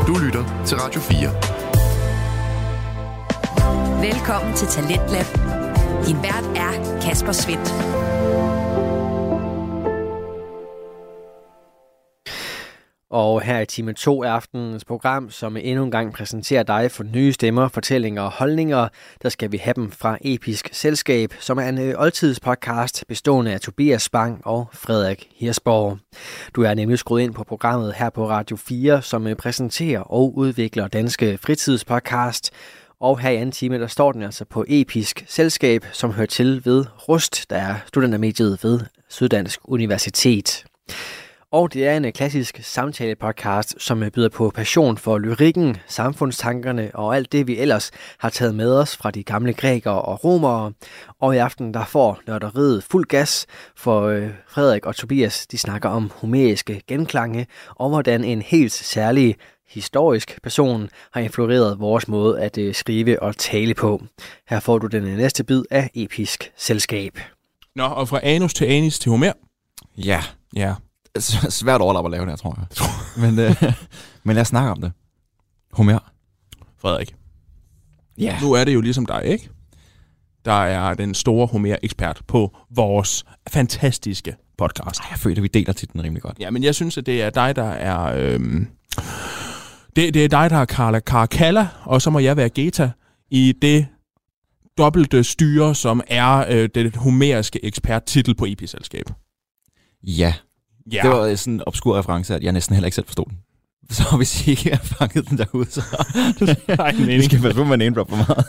Du lytter til Radio 4. Velkommen til Talentlab. Din vært er Kasper Svendt. Og her i time 2 af aftenens program, som endnu en gang præsenterer dig for nye stemmer, fortællinger og holdninger, der skal vi have dem fra Episk Selskab, som er en oldtidspodcast bestående af Tobias Spang og Frederik Hirsborg. Du er nemlig skruet ind på programmet her på Radio 4, som præsenterer og udvikler danske fritidspodcast. Og her i anden time, der står den altså på Episk Selskab, som hører til ved Rust, der er studentermediet ved Syddansk Universitet. Og det er en klassisk samtale-podcast, som byder på passion for lyrikken, samfundstankerne og alt det, vi ellers har taget med os fra de gamle grækere og romere. Og i aften, der får nørderiet fuld gas, for Frederik og Tobias, de snakker om homeriske genklange, og hvordan en helt særlig historisk person har influeret vores måde at skrive og tale på. Her får du den næste bid af Episk Selskab. Nå, og fra anus til anis til Homer. Ja. Ja. Svært overlap at lave det her, tror jeg. Men lad os snakke om det. Homer. Frederik. Ja. Nu er det jo ligesom dig, ikke? Der er den store Homer-ekspert på vores fantastiske podcast. Jeg føler, at vi deler titlen rimelig godt. Ja, men jeg synes, at det er dig, der er... Det er dig, der er Caracalla, og så må jeg være Geta i det dobbelte styre, som er den homeriske eksperttitel på EP-selskab. Ja. Ja. Det var sådan en obskur reference, at jeg næsten heller ikke selv forstod den. Så hvis I ikke har fanget den derude, så... Vi skal passe på med en name-drop for meget.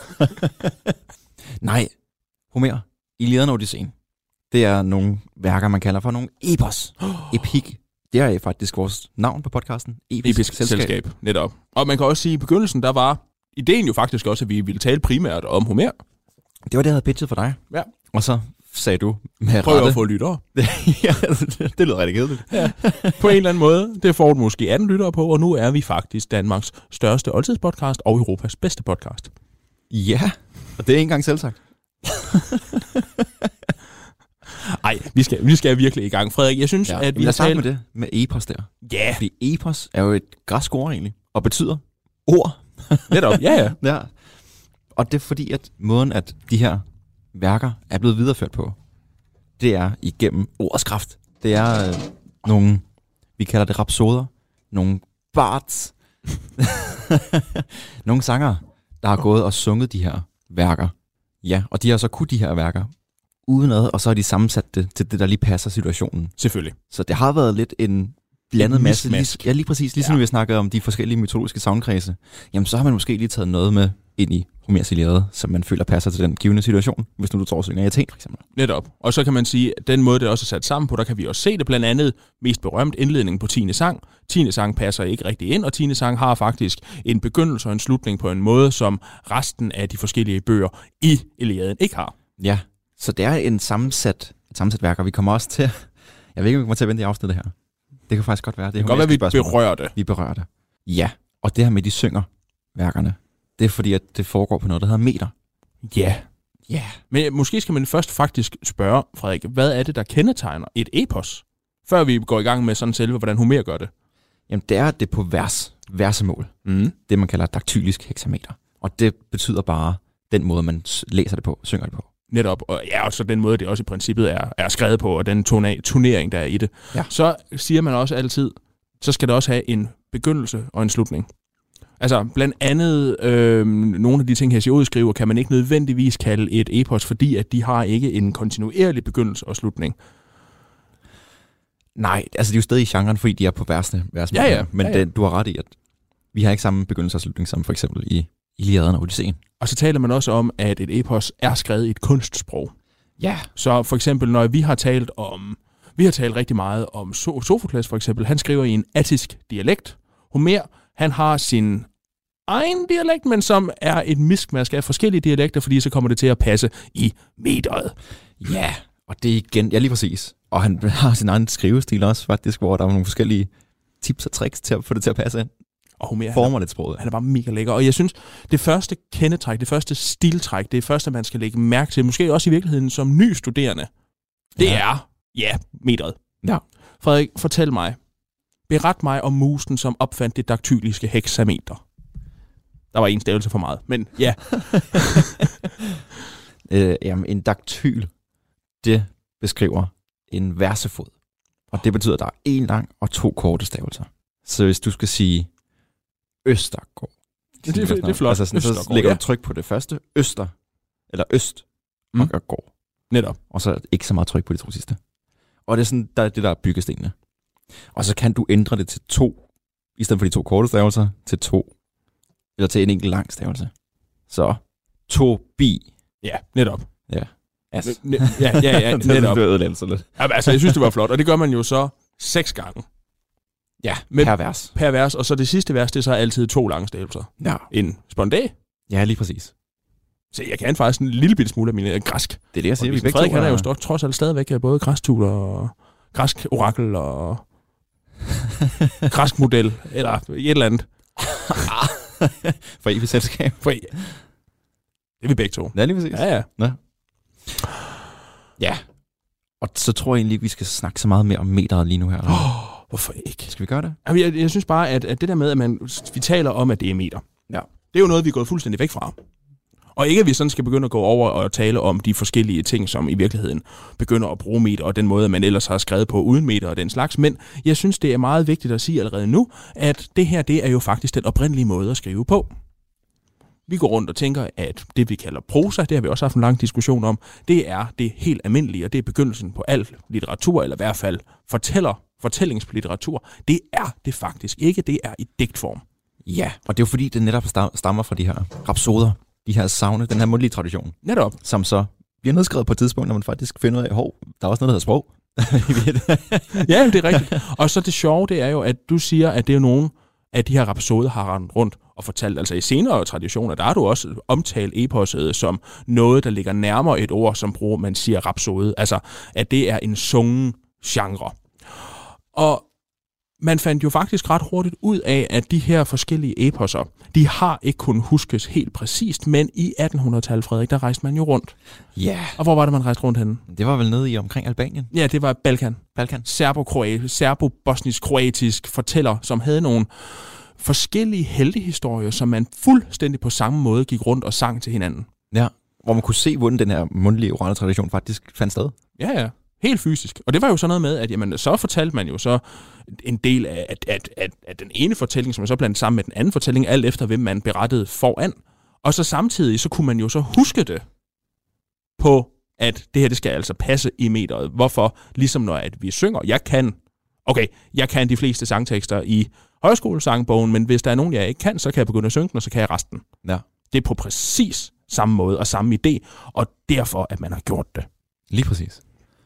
Nej. Homer, Iliaden og Odysseen. Det er nogle værker, man kalder for nogle epos. Epik. Det er faktisk vores navn på podcasten. Episk Selskab. Netop. Og man kan også sige, at i begyndelsen, der var ideen jo faktisk også, at vi ville tale primært om Homer. Det var det, jeg havde pitchet for dig. Ja. Og så sagde du med prøv at få lyttere. Ja, det lyder rigtig kedeligt. Ja. På en eller anden måde. Det får du måske 18 lyttere på, og nu er vi faktisk Danmarks største oldtidspodcast og Europas bedste podcast. Ja, og det er ikke engang selvsagt. Ej, vi skal virkelig i gang. Frederik, jeg synes, at vi har talt med det med epos der. Ja. Fordi epos er jo et græsk ord egentlig, og betyder ord. Netop, ja. Ja. Og det er fordi, at måden, at de her værker er blevet videreført på, det er igennem ordets kraft. Det er nogle, vi kalder det rapsoder, nogle bards, nogle sangere, der har gået og sunget de her værker. Ja, og de har så kunnet de her værker udenad, og så har de sammensat det til det, der lige passer situationen. Selvfølgelig. Så det har været lidt en blandet masse. Ja, lige præcis. Ligesom vi snakker om de forskellige mytologiske sagnkredse. Jamen, så har man måske lige taget noget med ind i Homers Iliade, som man føler passer til den givende situation, hvis nu du tror synger i Athen, for eksempel. Netop. Og så kan man sige, at den måde, det også er sat sammen på, der kan vi også se det blandt andet mest berømt indledningen på 10. sang. 10. sang passer ikke rigtig ind, og 10. sang har faktisk en begyndelse og en slutning på en måde, som resten af de forskellige bøger i Iliaden ikke har. Ja, så det er et sammensat værk, og vi kommer også til, jeg ved ikke, om vi kommer til at vente i afsnittet her. Det kan faktisk godt være. Det kan godt være, vi berører det. Vi berører det. Ja, og det her med, de synger værkerne, det er fordi, at det foregår på noget, der hedder meter. Ja. Ja. Men måske skal man først faktisk spørge, Frederik, hvad er det, der kendetegner et epos? Før vi går i gang med sådan selve, hvordan Homer gør det. Jamen, det er det på versemål. Det, man kalder daktylisk hexameter. Og det betyder bare den måde, man læser det på, synger det på. Netop, og ja, og så den måde, det også i princippet er skrevet på, og den turnering, der er i det. Ja. Så siger man også altid, så skal det også have en begyndelse og en slutning. Altså, blandt andet nogle af de ting, Hesiod skriver, kan man ikke nødvendigvis kalde et epos, fordi at de har ikke en kontinuerlig begyndelse og slutning. Nej, altså de er jo stadig i genren, fordi de er på versene. Ja. Men du har ret i, at vi har ikke samme begyndelse og slutning som for eksempel i Iliaden og Odysseen. Og så taler man også om, at et epos er skrevet i et kunstsprog. Ja. Så for eksempel, når vi har talt rigtig meget om Sofokles for eksempel, han skriver i en attisk dialekt. Homer, han har sin egen dialekt, men som er et miskmask af forskellige dialekter, fordi så kommer det til at passe i meteret. Ja, og det er igen, ja lige præcis. Og han har sin egen skrivestil også faktisk, hvor der er nogle forskellige tips og tricks til at få det til at passe ind. Og Homer, former lidt sproget. Han er bare mega lækker. Og jeg synes, det første kendetræk, det første stiltræk, det første, man skal lægge mærke til, måske også i virkeligheden som ny studerende, det er, meteret. Ja. Frederik, fortæl mig, Beret mig om musen, som opfandt det daktyliske hexameter. Der var en stavelse for meget, men ja. Jamen, en daktyl, det beskriver en versefod. Og det betyder, at der er en lang og 2 korte stavelser. Så hvis du skal sige Østergård. Det er flot. Altså sådan, så lægger du tryk på det første. Øster, eller øst, og gård. Netop. Og så ikke så meget tryk på de 2 sidste. Og det er sådan, det der er byggestenene. Og så kan du ændre det til 2, i stedet for de 2 korte stavelser, til 2. Eller til en enkelt lang stavelse. Så, Tobi. Ja, netop. Ja. Ja, netop. Altså, jeg synes, det var flot. Og det gør man jo så 6 gange. Ja, per vers. Og så det sidste vers, det er så altid 2 lange stavelser. Ja. En spondæ. Ja, lige præcis. Så jeg kan faktisk en lille bitte smule af mine græsk. Det er det, jeg siger. Frederik, han er jo trods alt stadigvæk både græstutor og græsk orakel og græsk model, eller et eller andet. For evigt selskab. Det er vi begge to. Ja, lige præcis. Ja. Ja. Og så tror jeg egentlig ikke, vi skal snakke så meget mere om meteret lige nu her. Hvorfor ikke? Skal vi gøre det? Jamen, jeg synes bare, at det der med, at vi taler om, at det er meter. Ja. Det er jo noget, vi er gået fuldstændig væk fra. Og ikke, at vi sådan skal begynde at gå over og tale om de forskellige ting, som i virkeligheden begynder at bruge meter, og den måde, man ellers har skrevet på uden meter og den slags. Men jeg synes, det er meget vigtigt at sige allerede nu, at det her, det er jo faktisk den oprindelige måde at skrive på. Vi går rundt og tænker, at det, vi kalder prosa, det har vi også haft en lang diskussion om, det er det helt almindelige, og det er begyndelsen på al litteratur, eller i hvert fald fortællingslitteratur. Det er det faktisk ikke, det er i digtform. Ja, og det er jo fordi, det netop stammer fra de her rapsoder, de her savne, den her mundtlige tradition. Netop. Som så bliver nedskrevet på et tidspunkt, når man faktisk finder ud af, der er også noget, der hedder sprog. Ja, det er rigtigt. Og så det sjove, det er jo, at du siger, at det er nogen af de her rapsoder har rendt rundt og fortalt, altså i senere traditioner, der har du også omtalt eposset som noget, der ligger nærmere et ord, som man siger rapsode. Altså, at det er en sungen genre. Og man fandt jo faktisk ret hurtigt ud af, at de her forskellige eposser, de har ikke kunnet huskes helt præcist, men i 1800-tallet, Frederik, der rejste man jo rundt. Ja. Yeah. Og hvor var det, man rejste rundt henne? Det var vel nede i omkring Albanien? Ja, det var Balkan. Serbo-bosnisk-kroatisk fortæller, som havde nogle forskellige heltehistorier, som man fuldstændig på samme måde gik rundt og sang til hinanden. Ja, hvor man kunne se, hvordan den her mundtlige orale tradition faktisk fandt sted. Ja. Helt fysisk. Og det var jo sådan noget med, at jamen, så fortalte man jo så en del af at den ene fortælling, som man så blandt sammen med den anden fortælling, alt efter hvem man berettede foran. Og så samtidig, så kunne man jo så huske det på, at det her, det skal altså passe i meteret. Hvorfor? Ligesom når at vi synger. Jeg kan de fleste sangtekster i højskolesangbogen, men hvis der er nogen, jeg ikke kan, så kan jeg begynde at synge den, og så kan jeg resten. Ja. Det er på præcis samme måde og samme idé, og derfor, at man har gjort det. Lige præcis.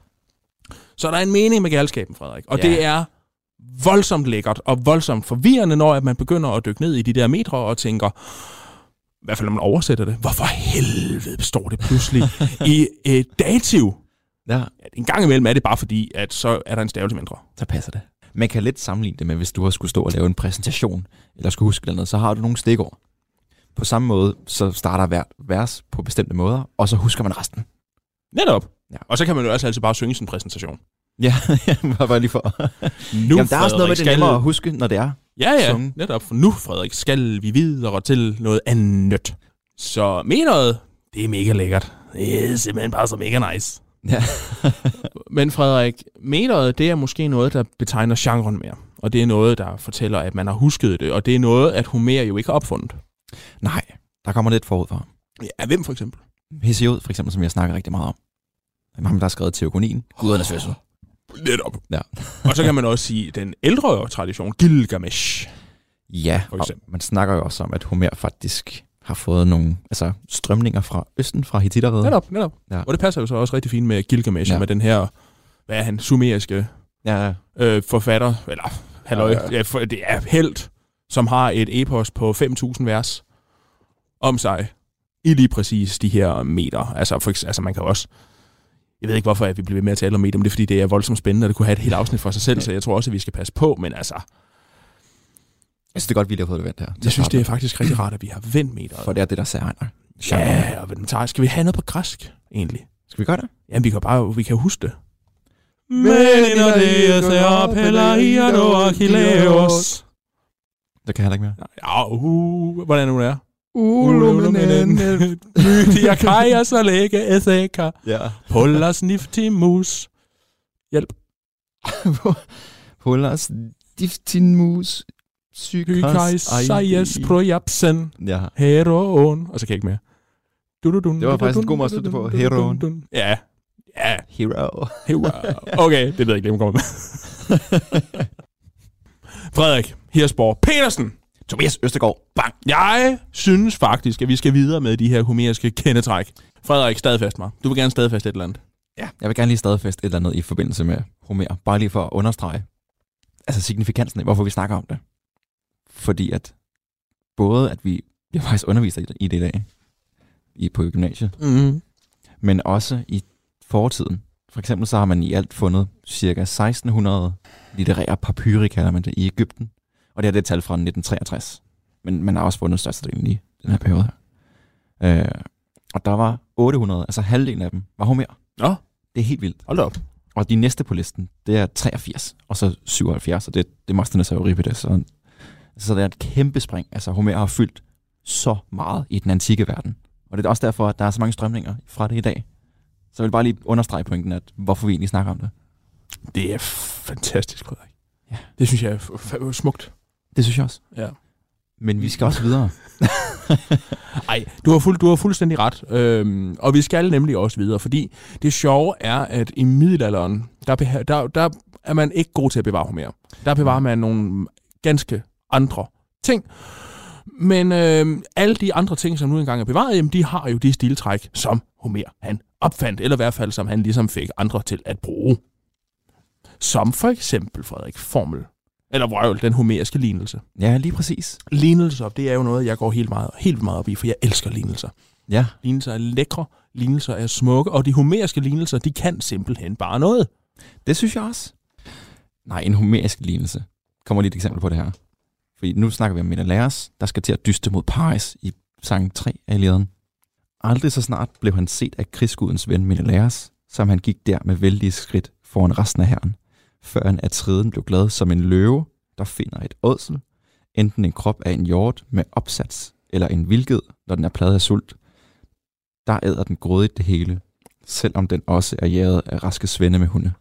Så der er en mening med galskaben, Frederik. Og det er voldsomt lækkert og voldsomt forvirrende, når at man begynder at dykke ned i de der metre og tænker, i hvert fald når man oversætter det, hvorfor helvede står det pludselig i dativ? Ja. En gang imellem er det bare fordi, at så er der en stavelse mindre. Så passer det. Man kan lidt sammenligne det med, hvis du har skulle stå og lave en præsentation, eller skulle huske noget, så har du nogle stikord. På samme måde, så starter hvert vers på bestemte måder, og så husker man resten. Netop. Ja. Og så kan man jo også altid bare synge sin præsentation. Ja, bare lige for. Jamen, der er også noget med det nemmere at huske, når det er. Ja, sunge. Netop. For nu, Frederik, skal vi videre til noget andet. Så meteret, det er mega lækkert. Det er simpelthen bare så mega nice. Ja. Men Frederik, meteret, det er måske noget, der betegner genren mere. Og det er noget, der fortæller, at man har husket det. Og det er noget, at Homer jo ikke har opfundet. Nej, der kommer lidt forud for. Ja, hvem for eksempel? Hesiod, for eksempel, som jeg snakker rigtig meget om. Ham, der har skrevet Teogonien. Gudernes fødsel. Netop. Ja. Og så kan man også sige, den ældre tradition, Gilgamesh. Ja, og man snakker jo også om, at Homer faktisk har fået nogle strømninger fra Østen, fra Hittiterriget. Netop. Ja. Og det passer jo så også rigtig fint med Gilgamesh, med den her, hvad er han, sumeriske forfatter, eller halløj, det er helt, som har et epos på 5.000 vers om sig, i lige præcis de her meter. Altså man kan også, jeg ved ikke, hvorfor vi bliver ved med at tale om meter, men det er, fordi det er voldsomt spændende, og det kunne have et helt afsnit for sig selv, så jeg tror også, at vi skal passe på, men altså... Jeg synes, det er godt, vi har fået det vendt her. Jeg synes, det er faktisk rigtig rart, at vi har vendt meteret. For det er det, der særregner. Ja, og skal vi have noget på græsk, egentlig? Skal vi gøre det? Jamen, vi kan huske det. Men Eneas er Pelaion og Achilleus. Det kan jeg heller ikke mere. Ja, hvordan nu det er? Ulumenen, mydia kajas og lægge æsækker. Ja. Pollas niftimus. Hjælp. Pollas niftimus. Hykajs sajes projapsen. Ja. Heroon. Og så kan jeg ikke mere. Det var faktisk en god måde at slutte på. Heroon. Ja. Hero. Okay, det ved jeg ikke, det kommer med. Frederik Hirsborg Petersen. Tobias Østergaard. Bang. Jeg synes faktisk, at vi skal videre med de her homeriske kendetræk. Frederik, stadfast mig. Du vil gerne stadfæste et eller andet. Ja, jeg vil gerne lige stadfæste et eller andet i forbindelse med Homer. Bare lige for at understrege signifikansen af, hvorfor vi snakker om det. Fordi at både, at vi har faktisk undervist i det i dag, på gymnasiet, men også i fortiden. For eksempel så har man i alt fundet ca. 1600 litterære papyri, kalder man det, i Egypten. Og det er det tal fra 1963. Men man har også fundet størstedelen i den her periode her. Og der var 800, altså halvdelen af dem, var Homer. Ja. Det er helt vildt. Hold op. Og de næste på listen, det er 83, og så 77, og det er Demosthenes og Euripides. Så det er et kæmpe spring. Altså Homer har fyldt så meget i den antikke verden. Og det er også derfor, at der er så mange strømninger fra det i dag. Så jeg vil bare lige understrege pointen, at hvorfor vi egentlig snakker om det. Det er fantastisk, Frederik. Ja. Det synes jeg er smukt. Det synes jeg også. Ja. Men vi skal også videre. Ej, du har fuldstændig ret. Og vi skal nemlig også videre, fordi det sjove er, at i middelalderen, der er man ikke god til at bevare Homer. Der bevarer man nogle ganske andre ting. Men alle de andre ting, som nu engang er bevaret, jamen, de har jo de stiltræk, som Homer han opfandt, eller i hvert fald, som han ligesom fik andre til at bruge. Som for eksempel, Frederik, formel. Eller vrøvl, den homeriske lignelse. Ja, lige præcis. Lignelser, det er jo noget, jeg går helt meget op i, for jeg elsker lignelser. Ja. Lignelser er lækre, lignelser er smukke, og de homeriske lignelser, de kan simpelthen bare noget. Det synes jeg også. Nej, en homerisk lignelse. Kommer lige et eksempel på det her. Fordi nu snakker vi om Menelaos, der skal til at dyste mod Paris i sang 3 af Iliaden. Aldrig så snart blev han set af krigsgudens ven Menelaos, som han gik der med vældige skridt foran resten af hæren, før Atriden blev glad som en løve, der finder et ådsel, enten en krop af en hjort med opsats, eller en vildged, når den er plaget af sult. Der æder den grådigt det hele, selvom den også er jaget af raske svende med hunde.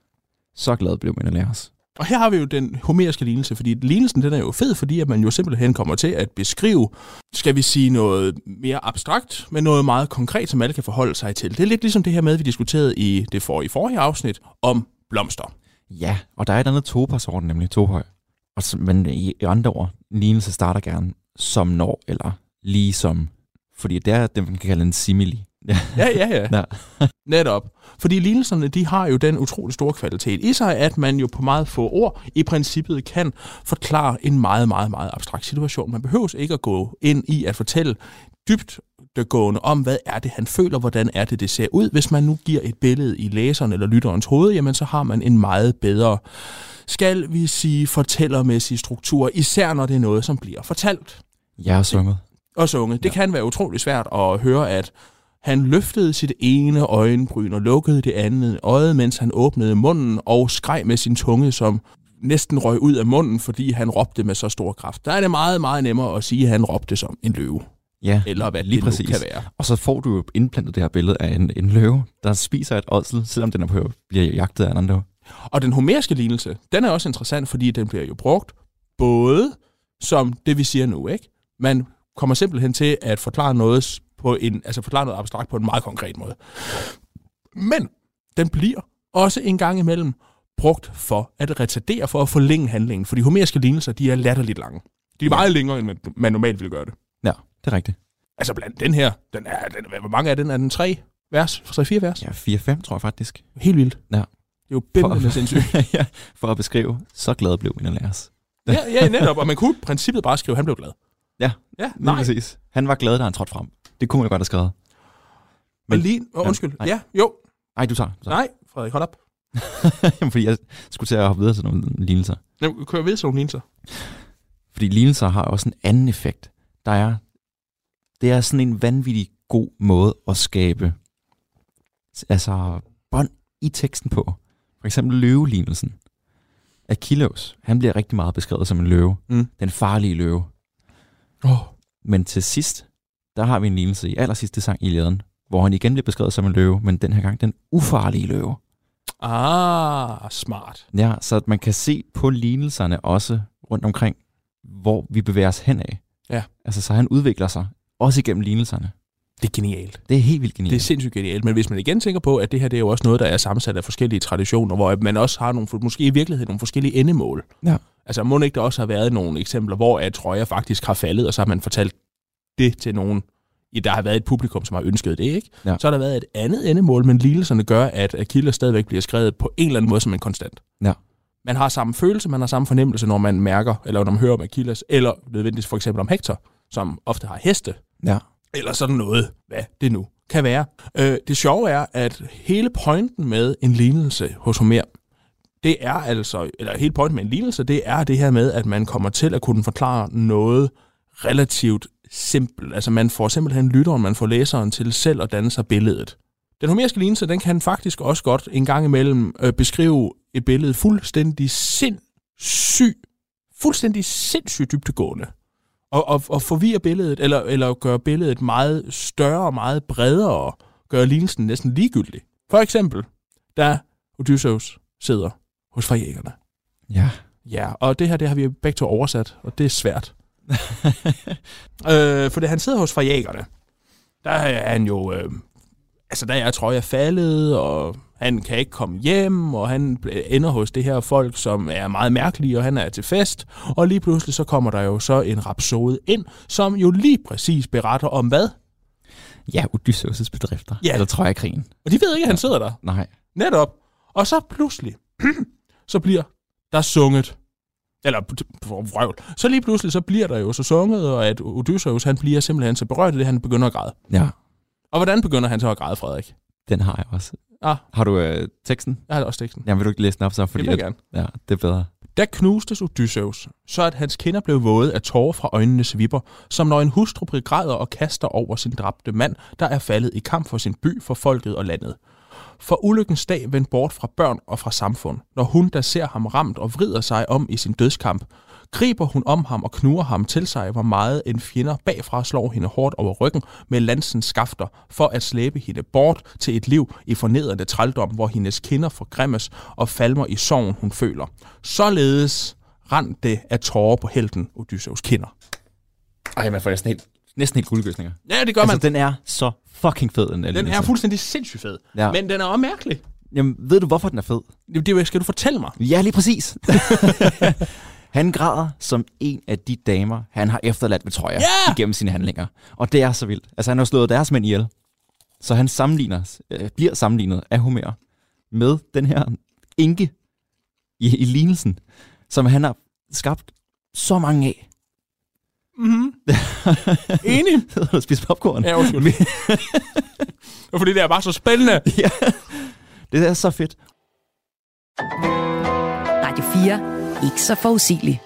Så glad blev Menelaos. Og her har vi jo den homeriske lignelse, fordi lignelsen den er jo fed, fordi at man jo simpelthen kommer til at beskrive, skal vi sige noget mere abstrakt, men noget meget konkret, som alle kan forholde sig til. Det er lidt ligesom det her med, vi diskuterede i forrige afsnit om blomster. Ja, og der er et andet topasorden, nemlig tohøj. Men i andre ord, lignelse starter gerne som når, eller lige som, fordi det er det, man kan kalde en simile. Ja. Netop. Fordi lignelserne, de har jo den utrolig store kvalitet i sig, at man jo på meget få ord i princippet kan forklare en meget, meget, meget abstrakt situation. Man behøver ikke at gå ind i at fortælle dybdegående om, hvad er det, han føler, hvordan er det ser ud. Hvis man nu giver et billede i læseren eller lytterens hoved, jamen så har man en meget bedre, skal vi sige, fortællermæssig struktur, især når det er noget, som bliver fortalt. Ja, og sunget. Og sunget. Det kan være utrolig svært at høre, at han løftede sit ene øjenbryn og lukkede det andet øje, mens han åbnede munden og skreg med sin tunge, som næsten røg ud af munden, fordi han råbte med så stor kraft. Der er det meget, meget nemmere at sige, at han råbte som en løve. Ja, eller hvad lige det præcis. Nu kan være. Og så får du jo indplantet det her billede af en løve, der spiser et ådsel, selvom den bliver jagtet af en anden løve. Og den homeriske lignelse, den er også interessant, fordi den bliver jo brugt både som det, vi siger nu, ikke? Man kommer simpelthen til at forklare noget forklare noget abstrakt på en meget konkret måde. Men den bliver også en gang imellem brugt for at retardere, for at forlænge handlingen. For de homeriske lignelser, de er latterligt lange. De er meget længere, end man normalt ville gøre det. Ja, det er rigtigt. Altså blandt den her, hvor mange er den? Er den 3 vers? 3-4 vers? Ja, 4-5 tror jeg faktisk. Helt vildt. Ja. Det er jo bindende sindssygt. Ja, for at beskrive, så glad blev Menelaos. Ja, netop. Og man kunne i princippet bare skrive, at han blev glad. Ja, nej. Præcis. Han var glad, da han trådte frem. Det kunne man jo godt have skrevet. Men undskyld. Ja, jo. Nej, du tager. Nej, Frederik, hold op. Fordi jeg skulle til at hoppe videre til nogle lignelser. Jamen, kan jeg vide sådan nogle lignelser? Fordi lignelser har også en anden effekt. Det er sådan en vanvittig god måde at skabe bånd i teksten på. For eksempel løvelignelsen. Achilleus, han bliver rigtig meget beskrevet som en løve. Den farlige løve. Men til sidst, der har vi en lignelse i allersidste sang i Iliaden, hvor han igen bliver beskrevet som en løve, men den her gang den ufarlige løve. Smart. Ja, så man kan se på lignelserne også rundt omkring, hvor vi bevæger os henad. Ja. Altså, så han udvikler sig også igennem lignelserne. Det er genialt. Det er helt vildt genialt. Det er sindssygt genialt. Men hvis man igen tænker på, at det her det er jo også noget, der er sammensat af forskellige traditioner, hvor man også har nogle, måske i virkeligheden nogle forskellige endemål. Ja. Altså må ikke der også have været nogle eksempler, hvor at trøjer faktisk har faldet, og så har man fortalt det til nogen, der har været et publikum, som har ønsket det, ikke? Ja. Så har der været et andet endemål, men lignelserne gør, at Achilles stadigvæk bliver skrevet på en eller anden måde som en konstant. Ja. Man har samme følelse, man har samme fornemmelse, når man mærker, eller når man hører om Achilles, eller nødvendigvis for eksempel om Hector, som ofte har heste. Ja. Eller sådan noget, hvad det nu kan være. Det sjove er, at hele pointen med en lignelse hos Homer, det er altså, eller hele pointen med en lignelse, det er det her med, at man kommer til at kunne forklare noget relativt simpelt. Altså man får simpelthen lytteren, man får læseren til selv at danne sig billedet. Den homeriske lignelse, den kan faktisk også godt en gang imellem beskrive et billede fuldstændig sindssygt dybdegående. Og forvirre billedet, eller gøre billedet meget større og meget bredere, gøre lignelsen næsten ligegyldig. For eksempel, da Odysseus sidder hos forjægerne. Ja. Ja, og det her, det har vi begge to oversat, og det er svært. For det han sidder hos forjægerne, der er han jo, der er Troja faldet, og han kan ikke komme hjem, og han ender hos det her folk, som er meget mærkelige, og han er til fest. Og lige pludselig så kommer der jo så en rapsode ind, som jo lige præcis beretter om hvad? Ja, Odysseus' bedrifter. Ja. Eller Troja-krigen. Og de ved ikke, at han sidder der. Nej. Netop. Og så pludselig, så bliver der sunget. Eller vrøvl. Så lige pludselig, så bliver der jo så sunget, og at Odysseus, han bliver simpelthen så berørt af det, han begynder at græde. Ja. Og hvordan begynder han så at græde, Frederik? Den har jeg også. Har du teksten? Jeg har også teksten. Ja, vil du ikke læse den op så? Fordi det vil jeg gerne. Ja, det er bedre. Der knustes Odysseus, så at hans kinder blev våde af tårer fra øjnenes vipper, som når en hustru begræder og kaster over sin dræbte mand, der er faldet i kamp for sin by, for folket og landet. For ulykkens dag vendt bort fra børn og fra samfund, når hun, der ser ham ramt og vrider sig om i sin dødskamp, griber hun om ham og knuger ham til sig, hvor meget en fjender bagfra slår hende hårdt over ryggen med lansens skafter, for at slæbe hende bort til et liv i fornedrende trældom, hvor hendes kinder forgrimmes og falmer i sorgen, hun føler. Således randt det af tårer på helten Odysseus kinder. Ej, man får næsten helt guldgøsninger. Ja, det gør man. Den er så fucking fed. Den er fuldstændig sindssygt fed. Ja. Men den er også mærkelig. Jamen, ved du, hvorfor den er fed? Det skal du fortælle mig. Ja, lige præcis. Han græder som en af de damer, han har efterladt ved Troja igennem sine handlinger. Og det er så vildt. Altså, han har slået deres mænd ihjel. Så han bliver sammenlignet af Homer med den her enke i lignelsen, som han har skabt så mange af. Mhm. Enig. Hedder du spise popcorn? Ja, undskyld. Fordi det er bare så spændende. Ja, det er så fedt. Radio 4. Ikke så forudsigelig.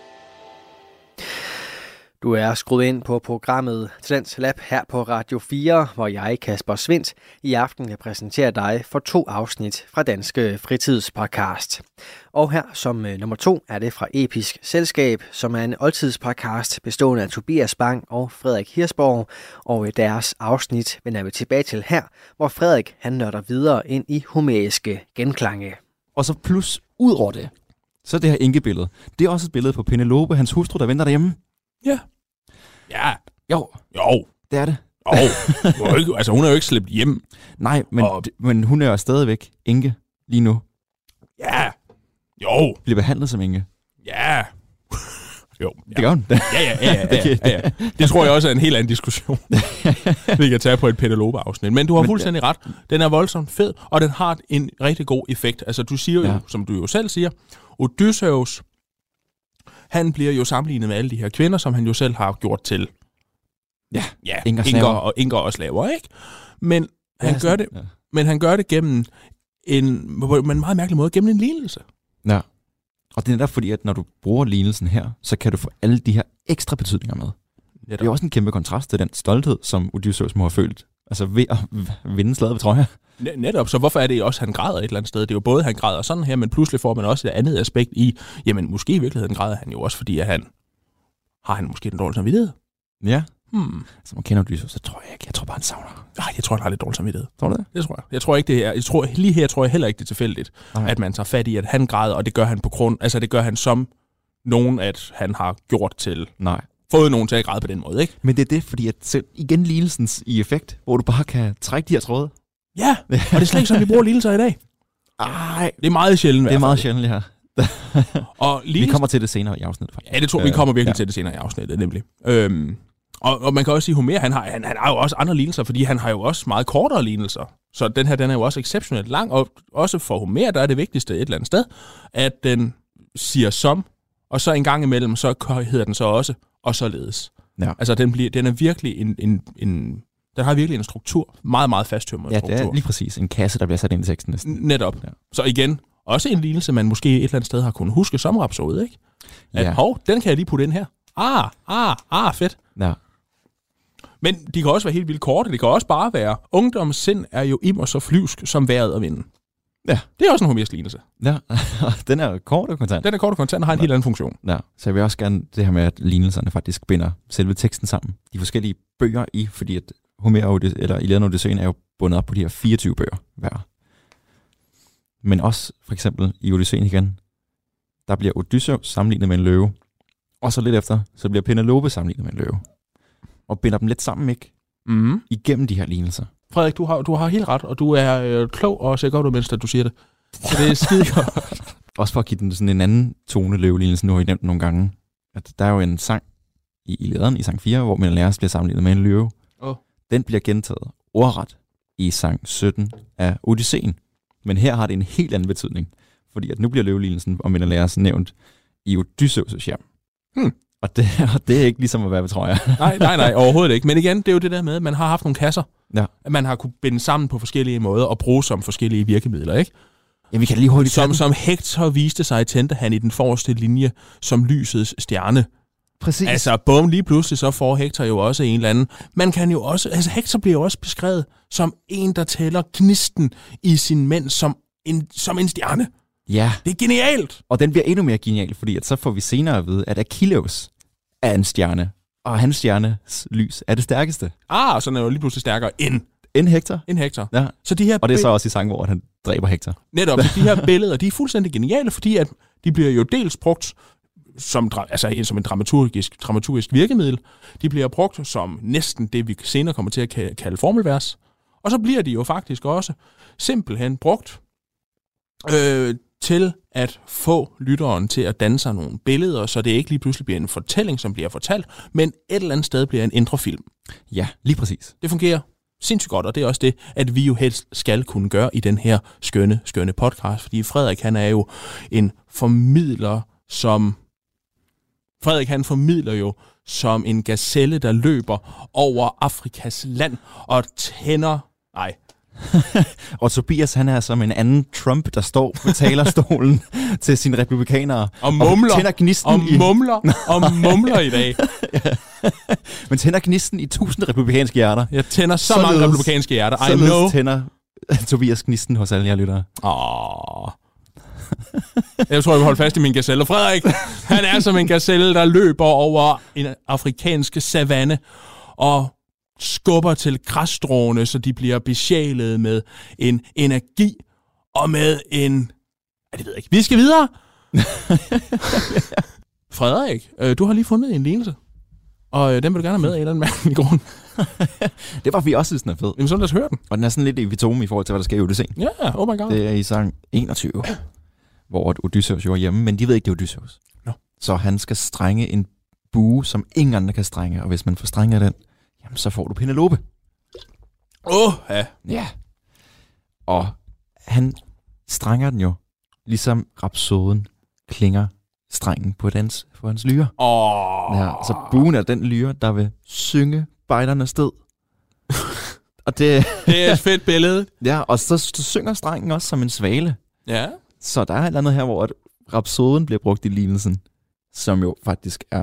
Du er skruet ind på programmet Talents Lab her på Radio 4, hvor jeg, Kasper Svindt, i aften kan præsentere dig for 2 afsnit fra Danske Fritidspodcast. Og her som nummer 2 er det fra Episk Selskab, som er en oldtidspodcast bestående af Tobias Bang og Frederik Hirsborg. Og i deres afsnit vender vi tilbage til her, hvor Frederik han nørder videre ind i homeriske genklange. Og så plus ud over det, så det her enkebillede, det er også et billede på Penelope, hans hustru, der venter derhjemme. Ja. Ja. Jo. Det er det. Jo. Altså, hun er jo ikke slæbt hjem. Nej, men hun er jo stadigvæk enke lige nu. Ja. Jo. Bliver behandlet som enke. Ja. Jo. Det gør hun. Ja. Det tror jeg også er en helt anden diskussion. Vi kan tage på et Penelope-afsnit. Men du har fuldstændig ret. Den er voldsomt fed, og den har en rigtig god effekt. Altså, du siger jo, som du jo selv siger, Odysseus, han bliver jo sammenlignet med alle de her kvinder, som han jo selv har gjort til. Ja, Inger og slaver, ikke? Men han gør det gennem en meget mærkelig måde, gennem en lignelse. Ja. Og det er derfor, fordi at når du bruger lignelsen her, så kan du få alle de her ekstra betydninger med. Det er også en kæmpe kontrast til den stolthed, som Odysseus må have følt Altså ved at vinde slaget ved Troja. Netop, så hvorfor er det også, han græder et eller andet sted? Det er jo både, han græder sådan her, men pludselig får man også et andet aspekt i, jamen måske i virkeligheden græder han jo også, fordi at han måske den dårlige samvittighed. Ja. Så man kender Odysseus, så tror jeg ikke. Jeg tror bare, han savner. Nej, jeg tror, han har lidt dårlig samvittighed. Tror du det? Det tror jeg. Jeg tror ikke, det er. Lige her tror jeg heller ikke, det er tilfældigt, at man tager fat i, at han græder, og det gør han på grund, altså det gør han som nogen, at han har gjort til. Nej. Fået nogen til at græde på den måde, ikke? Men det er det, fordi at selv igen lidelsens i effekt, hvor du bare kan trække de her tråde. Ja, og det er slet ikke sådan, vi bruger lidelser i dag. Ej, det er meget sjældent. Det er meget sjældent, ja. Og vi kommer til det senere i afsnittet, faktisk. Ja, det tror vi kommer virkelig til det senere i afsnittet, nemlig. Og man kan også sige, Homer, han har jo også andre lidelser, fordi han har jo også meget kortere lidelser. Så den her, den er jo også exceptionelt lang, og også for Homer, der er det vigtigste et eller andet sted, at den siger som, og så en gang imellem, så hedder den så også, og således. Ja. Altså, den er virkelig den har virkelig en struktur, meget, meget fasttømret struktur. Ja, det er lige præcis en kasse, der bliver sat ind i teksten næsten. Netop. Ja. Så igen, også en lidelse, man måske et eller andet sted har kunnet huske som rapsode, ikke? At, den kan jeg lige putte ind her. Fedt. Ja. Men de kan også være helt vildt korte. Det kan også bare være, ungdomssind er jo immer så flyvsk som vejret og vinden. Ja. Det er også en homerisk lignelse. Ja, den er kort og kontant. Den er kort og kontant og har en helt anden funktion. Ja, så jeg vil også gerne det her med, at lignelserne faktisk binder selve teksten sammen. De forskellige bøger fordi at Homer eller Iliaden og Odysseen er jo bundet op på de her 24 bøger hver. Men også for eksempel i Odysseen igen, der bliver Odysseus sammenlignet med en løve. Og så lidt efter, så bliver Penelope sammenlignet med en løve. Og binder dem lidt sammen, ikke? Mm. Igennem de her lignelser. Frederik, du har helt ret, og du er klog og ser godt ud, mens du siger det. Så det er skide godt. Også for at give den sådan en anden tone, løvelignelsen, nu har I nævnt nogle gange. At der er jo en sang i Iliaden, i sang 4, hvor Menelaos bliver sammenlignet med en løve. Den bliver gentaget ordret i sang 17 af Odysseen. Men her har det en helt anden betydning. Fordi at nu bliver løvelignelsen og Menelaos nævnt i Odysseus' hjem. Og det er ikke ligesom at være ved Troja. Nej, overhovedet ikke. Men igen, det er jo det der med, at man har haft nogle kasser. Ja. At man har kunne binde sammen på forskellige måder og bruge som forskellige virkemidler, ikke? Ja, vi kan lige hurtigt som Hector viste sig, tændte han i den forreste linje som lysets stjerne. Præcis. Altså, bum, lige pludselig så får Hector jo også en eller anden. Man kan jo også, altså Hector bliver jo også beskrevet som en, der tæller gnisten i sin mænd som en stjerne. Ja. Det er genialt! Og den bliver endnu mere genial, fordi at så får vi senere at vide, at Achilleus er en stjerne, og hans stjernes lys er det stærkeste. Så den er jo lige pludselig stærkere end Hector. Ja. Så de her og det er så også i sang, hvor han dræber Hector. Netop, så de her billeder, de er fuldstændig geniale, fordi at de bliver jo dels brugt som en dramaturgisk virkemiddel. De bliver brugt som næsten det, vi senere kommer til at kalde formelvers. Og så bliver de jo faktisk også simpelthen brugt til at få lytteren til at danne sig nogle billeder, så det ikke lige pludselig bliver en fortælling, som bliver fortalt, men et eller andet sted bliver en indre film. Ja, lige præcis. Det fungerer sindssygt godt, og det er også det, at vi jo helst skal kunne gøre i den her skønne podcast, fordi Frederik, han er jo en formidler, han formidler jo som en gazelle, der løber over Afrikas land og tænder... Nej. Og Tobias, han er som en anden Trump, der står på talerstolen til sine republikanere. Og mumler. Og tænder gnisten og mumler i dag. Ja. Men tænder gnisten i 1000 republikanske hjerter. Jeg tænder så mange republikanske hjerter. I know. Tænder Tobias gnisten hos alle jer lyttere. Jeg tror, jeg vil holde fast i min gazelle. Frederik, han er som en gazelle, der løber over en afrikansk savanne og skubber til græsstråene, så de bliver besjælet med en energi og med en... det ved jeg ikke. Vi skal videre! Frederik, du har lige fundet en lignelse. Og den vil du gerne have med af en eller anden mand i grunden. Det var vi også synes, den er fed. Jamen så lad os høre den. Og den er sådan lidt i vitome i forhold til, hvad der sker i Odysseen. Ja, oh my god. Det er i sang 21, hvor Odysseus jo er hjemme, men de ved ikke, det er Odysseus. No. Så han skal strenge en bue, som ingen andre kan strenge, og hvis man forstrænger den, jamen så får du Penelope. Ja. Ja. Og han strænger den jo, ligesom rapsoden klinger strengen på hans lyre. Ja, så buen er den lyre, der vil synge bejdernes sted. Og det er et fedt billede. Ja, og så synger strengen også som en svale. Ja. Så der er et eller andet her, hvor rapsoden bliver brugt i lignelsen, som jo faktisk er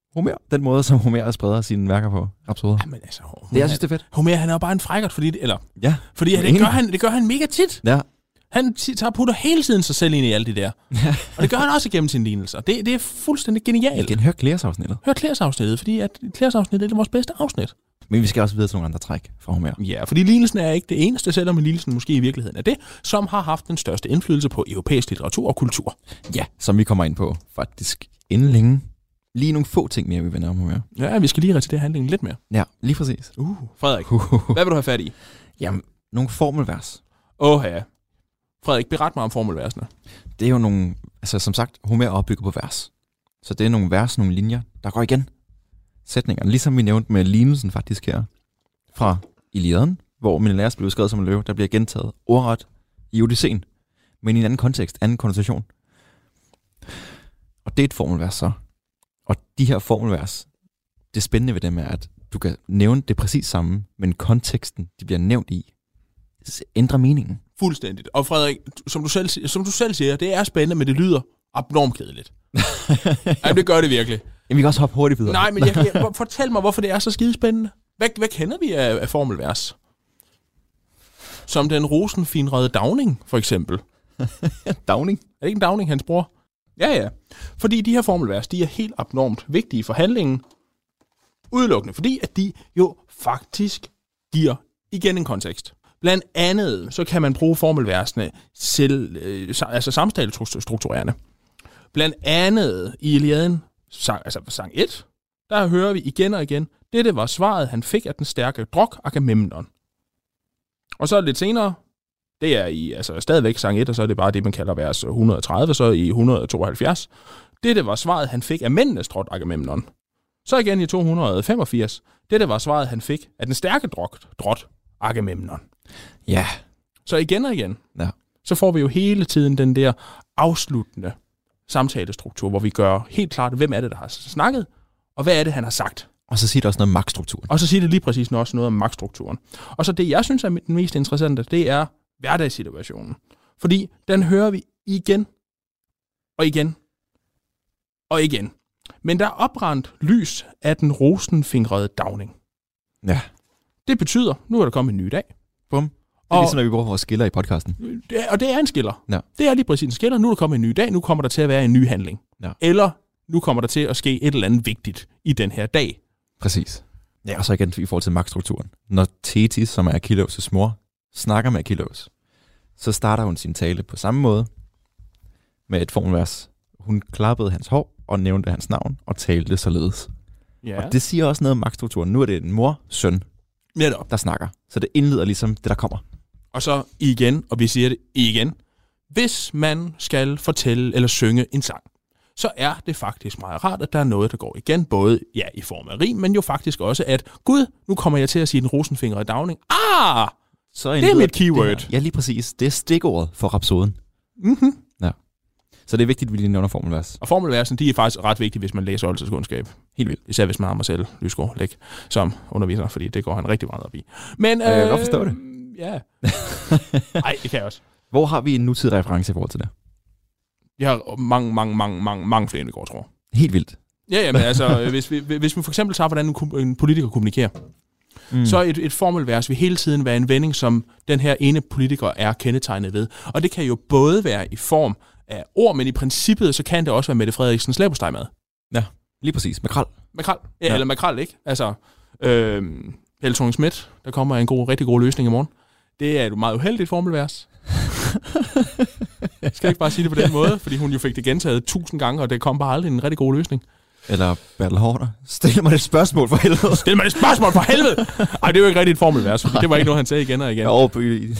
Homer. Den måde, som Homer spreder sine værker på. Absolut. Jamen altså, Jeg synes, det er fedt. Homer, han er jo bare en frækkert, fordi det det gør han mega tit. Ja. Han putter hele tiden sig selv ind i alt det der. Og det gør han også igennem sine lignelser. Det er fuldstændig genialt. Igen, hør Klæresafsnittet. Hør Klæresafsnittet, fordi at Klæresafsnittet er vores bedste afsnit. Men vi skal også videre til nogle andre træk fra Homer. Ja, fordi lignelsen er ikke det eneste, selvom lignelsen måske i virkeligheden er det, som har haft den største indflydelse på europæisk litteratur og kultur. Ja, som vi kommer ind på faktisk inden længe. Lige nogle få ting mere, vi vender om Homer. Ja, vi skal lige recitere handlingen lidt mere. Ja, lige præcis. Frederik, hvad vil du have fat i? Jamen, nogle formelvers. Ja. Frederik, beret mig om formelversene. Det er jo nogle, altså som sagt, Homer er opbygget på vers. Så det er nogle vers, nogle linjer, der går igen. Sætningerne, ligesom vi nævnte med lignelsen faktisk her fra Iliaden, hvor Menelaos blev skrevet som en løve, der bliver gentaget ordret i Odysseen, men i en anden kontekst, anden konnotation. Og det er et formelvers så. Og de her formelvers, det spændende ved dem er, at du kan nævne det præcis samme, men konteksten, de bliver nævnt i, ændrer meningen. Fuldstændigt. Og Frederik, som du selv siger, det er spændende, men det lyder abnormt kedeligt. Jamen, det gør det virkelig. Jamen, vi kan også hoppe hurtigt videre. Nej, men fortæl mig, hvorfor det er så skidespændende. Hvad kender vi af formelvers? Som den rosenfinrede Downing, for eksempel. Downing? Er det ikke en Downing, hans bror? Ja. Fordi de her formelvers, de er helt abnormt vigtige for handlingen. Udelukkende, fordi at de jo faktisk giver igen en kontekst. Blandt andet, så kan man bruge formelversene til samtalestrukturerende. Blandt andet i Iliaden, sang 1, der hører vi igen og igen, dette var svaret, han fik af den stærke drog Agamemnon. Og så lidt senere, det er stadigvæk sang 1, og så er det bare det, man kalder vers 130, så i 172. Dette var svaret, han fik af mændenes drog Agamemnon. Så igen i 285, dette var svaret, han fik af den stærke drog Agamemnon. Ja. Så igen og igen, ja. Så får vi jo hele tiden den der afsluttende samtalestruktur, hvor vi gør helt klart, hvem er det, der har snakket, og hvad er det, han har sagt. Og så siger det også noget om magtstrukturen. Og så siger det lige præcis også noget om magtstrukturen. Og så det, jeg synes er den mest interessante, det er hverdagssituationen. Fordi den hører vi igen og igen og igen. Men der er oprendt lys af den rosenfingrede Downing. Ja. Det betyder, nu er der kommet en ny dag. Bum. Det er ligesom, når vi bruger vores skiller i podcasten. Og det er en skiller. Ja. Det er lige præcis en skiller. Nu er der kommet en ny dag. Nu kommer der til at være en ny handling. Ja. Eller nu kommer der til at ske et eller andet vigtigt i den her dag. Præcis. Ja, og så igen i forhold til magtstrukturen. Når Thetis, som er Achilleus' mor, snakker med Achilleus, så starter hun sin tale på samme måde med et formelvers. Hun klappede hans hår og nævnte hans navn og talte således. Ja. Og det siger også noget om magtstrukturen. Nu er det en mor-søn, der snakker. Så det indleder ligesom det, der kommer. Og så igen, og vi siger det igen. Hvis man skal fortælle eller synge en sang, så er det faktisk meget rart, at der er noget, der går igen. Både i form af rim, men jo faktisk også, at Gud, nu kommer jeg til at sige den rosenfingrede Downing. Så det er mit keyword. Ja, lige præcis. Det er stikordet for rapsoden. Mhm. Ja. Så det er vigtigt, at vi lige nævner formelvers. Og formelversen, de er faktisk ret vigtige, hvis man læser oldtidskundskab. Helt vildt. Især hvis man har Marcel Lysgaard Læk som underviser, fordi det går han rigtig meget op i. Men jeg kan godt forstå det. Ja. Nej, det kan jeg også. Hvor har vi en nutidig reference i forhold til det? Jeg har mange flere, end vi går, tror. Helt vildt. Ja, men altså, hvis vi for eksempel tager, hvordan en politiker kommunikerer, så et formelvers vil hele tiden være en vending, som den her ene politiker er kendetegnet ved. Og det kan jo både være i form af ord, men i princippet, så kan det også være Mette Frederiksens leverpostejmad. Ja, lige præcis. Makrel. Ja, eller makrel, ikke? Altså, Helle Thorning-Schmidt, der kommer en rigtig god løsning i morgen. Det er et meget uheldigt formelvers. Skal jeg ikke bare sige det på den måde, fordi hun jo fik det gentaget 1000 gange, og det kom bare aldrig en rigtig god løsning. Eller Bertel Haarder. Stil mig et spørgsmål for helvede. Stil mig et spørgsmål for helvede! Ej, det er jo ikke rigtig et formelvers, fordi det var ikke noget, han sagde igen og igen.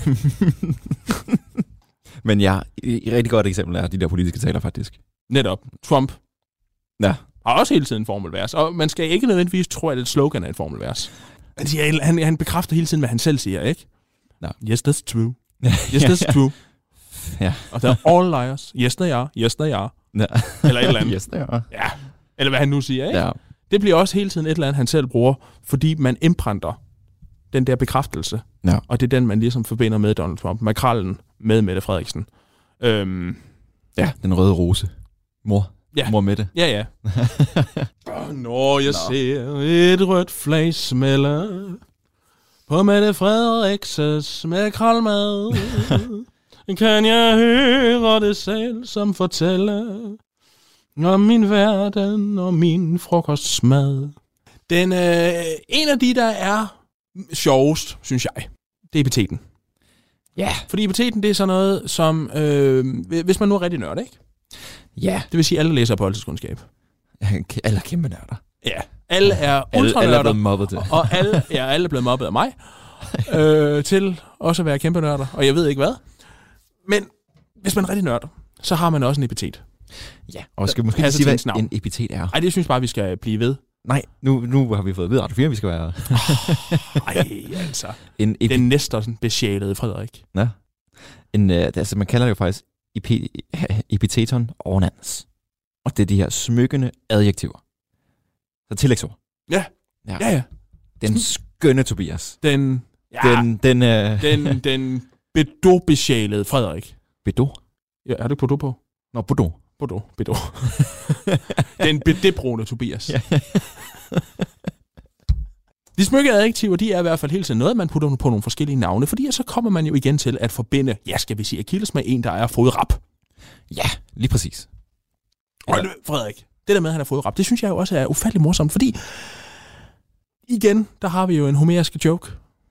Men ja, et rigtig godt eksempel er de der politiske taler faktisk. Netop. Trump. Ja. Har også hele tiden formelvers, og man skal ikke nødvendigvis tro, at et slogan er et formelvers. Han bekræfter hele tiden, hvad han selv siger, ikke? No. Yes, that's true. Yes, that's true. Ja. Og der er all liars. Yes, they are. Yes, they are. Ja. Eller et eller andet. Yes, they are. Ja. Eller hvad han nu siger, ikke? Ja. Det bliver også hele tiden et eller andet, han selv bruger, fordi man imprinter den der bekræftelse. Ja. Og det er den, man ligesom forbinder med Donald Trump. Makrallen med Mette Frederiksen. Ja, den røde rose. Mor. Ja. Mor Mette. Ja. Når jeg ser et rødt flag smælde på Mette Frederikses makrelmad, kan jeg høre det selv, som fortæller om min verden og min frokostmad. En af de, der er sjovest, synes jeg, det er epiteten. Ja. Fordi epiteten, det er sådan noget, som, hvis man nu er rigtig nørd, ikke? Ja. Det vil sige, at alle læser på oldtidskundskab. Alle er kæmpe nørder. Ja. Alle er ultranørder. Alle er blevet mobbet til. Og alle er blevet mobbet af mig. Til også at være kæmpe nørder. Og jeg ved ikke hvad. Men hvis man er rigtig nørder, så har man også en epitet. Ja, og skal måske sige, hvad en epitet er. Ej, det synes bare, vi skal blive ved. Nej, nu har vi fået at vide, at vi skal være... Ej, altså. Den næsten besjælede Frederik. Ja. Altså, man kalder det jo faktisk epiteton ornans. Og det er de her smykkende adjektiver. Så tillægsord. Ja. Den skønne Tobias. Den Bedot-besjælede Frederik. Bedot? Ja, er du Bedot på? Nå, Bedot. Den bedetbrune Tobias. De smykkede adjektiver, de er i hvert fald hele tiden noget, man putter på nogle forskellige navne, fordi så kommer man jo igen til at forbinde, skal vi sige, Achilles med en, der er fodrap. Ja, lige præcis. Og Frederik, det der med, at han er fodrap, det synes jeg jo også er ufattelig morsomt, fordi igen, der har vi jo en homerisk joke.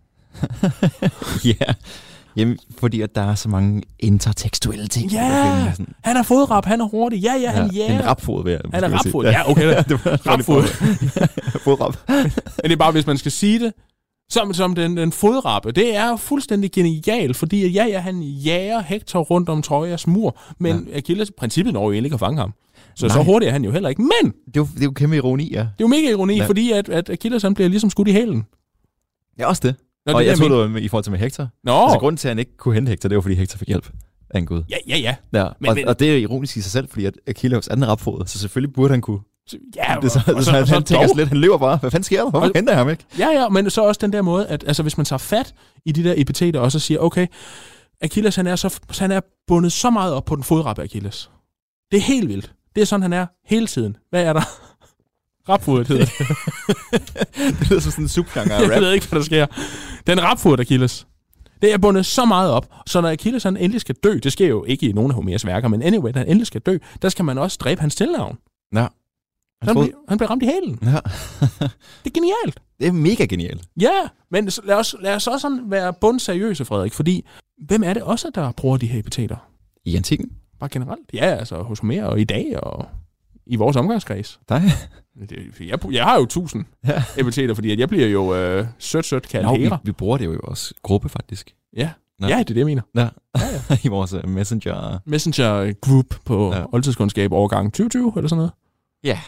Ja. Jamen, fordi at der er så mange intertekstuelle ting. Ja, han er fodrap, han er hurtig. Ja, han jager. En rapfod, vil jeg. Han er rapfod, ja, okay. Rapfod. Fodrap. Men det er bare, hvis man skal sige det, som den fodrappe. Det er fuldstændig genialt, fordi han jager Hector rundt om Trojas mur, men Achilles princippet når jo egentlig ikke at fange ham. Så hurtigt er han jo heller ikke. Men det er jo kæmpe ironi, ja. Det er jo mega ironi, fordi at Achilles han bliver ligesom skudt i hælen. Ja, også det. Og jeg troede, det var i forhold til med Hector. Altså, grunden til, at han ikke kunne hente Hector, det var, fordi Hector fik hjælp af en gud. Ja. Og det er ironisk i sig selv, fordi at Achilles anden rapfod, så selvfølgelig burde han kunne. Ja, det så han tænker slet, han løber bare. Hvad fanden sker der? Hvorfor henter jeg ham ikke? Ja, men så også den der måde, at altså, hvis man tager fat i de der epiteter, og så siger, okay, Achilles, han er bundet så meget op på den fodrappe Achilles. Det er helt vildt. Det er sådan, han er hele tiden. Hvad er der? Rapfodet hedder det. Det lyder som sådan en subgenre af rap. Jeg ved ikke, hvad der sker. Den rapfodet Achilles. Det er bundet så meget op, så når Achilles han endelig skal dø, det sker jo ikke i nogen af Homers værker, men anyway, da han endelig skal dø, der skal man også dræbe hans tilnavn. Ja. Han bliver ramt i hælen. Ja. Det er genialt. Det er mega genialt. Ja, men lad os også sådan være bundseriøse, Frederik, fordi hvem er det også, der bruger de her epiteter? I antikken? Bare generelt. Ja, altså hos Homer og i dag og i vores omgangskreds. Nej. Jeg har jo 1000 epiteter, fordi at jeg bliver jo sødt kaldt Hera. Vi bruger det jo i vores gruppe, faktisk. Ja, det er det, jeg mener. Ja. I vores Messenger group på oldtidskundskab årgang 2020, eller sådan noget. Ja.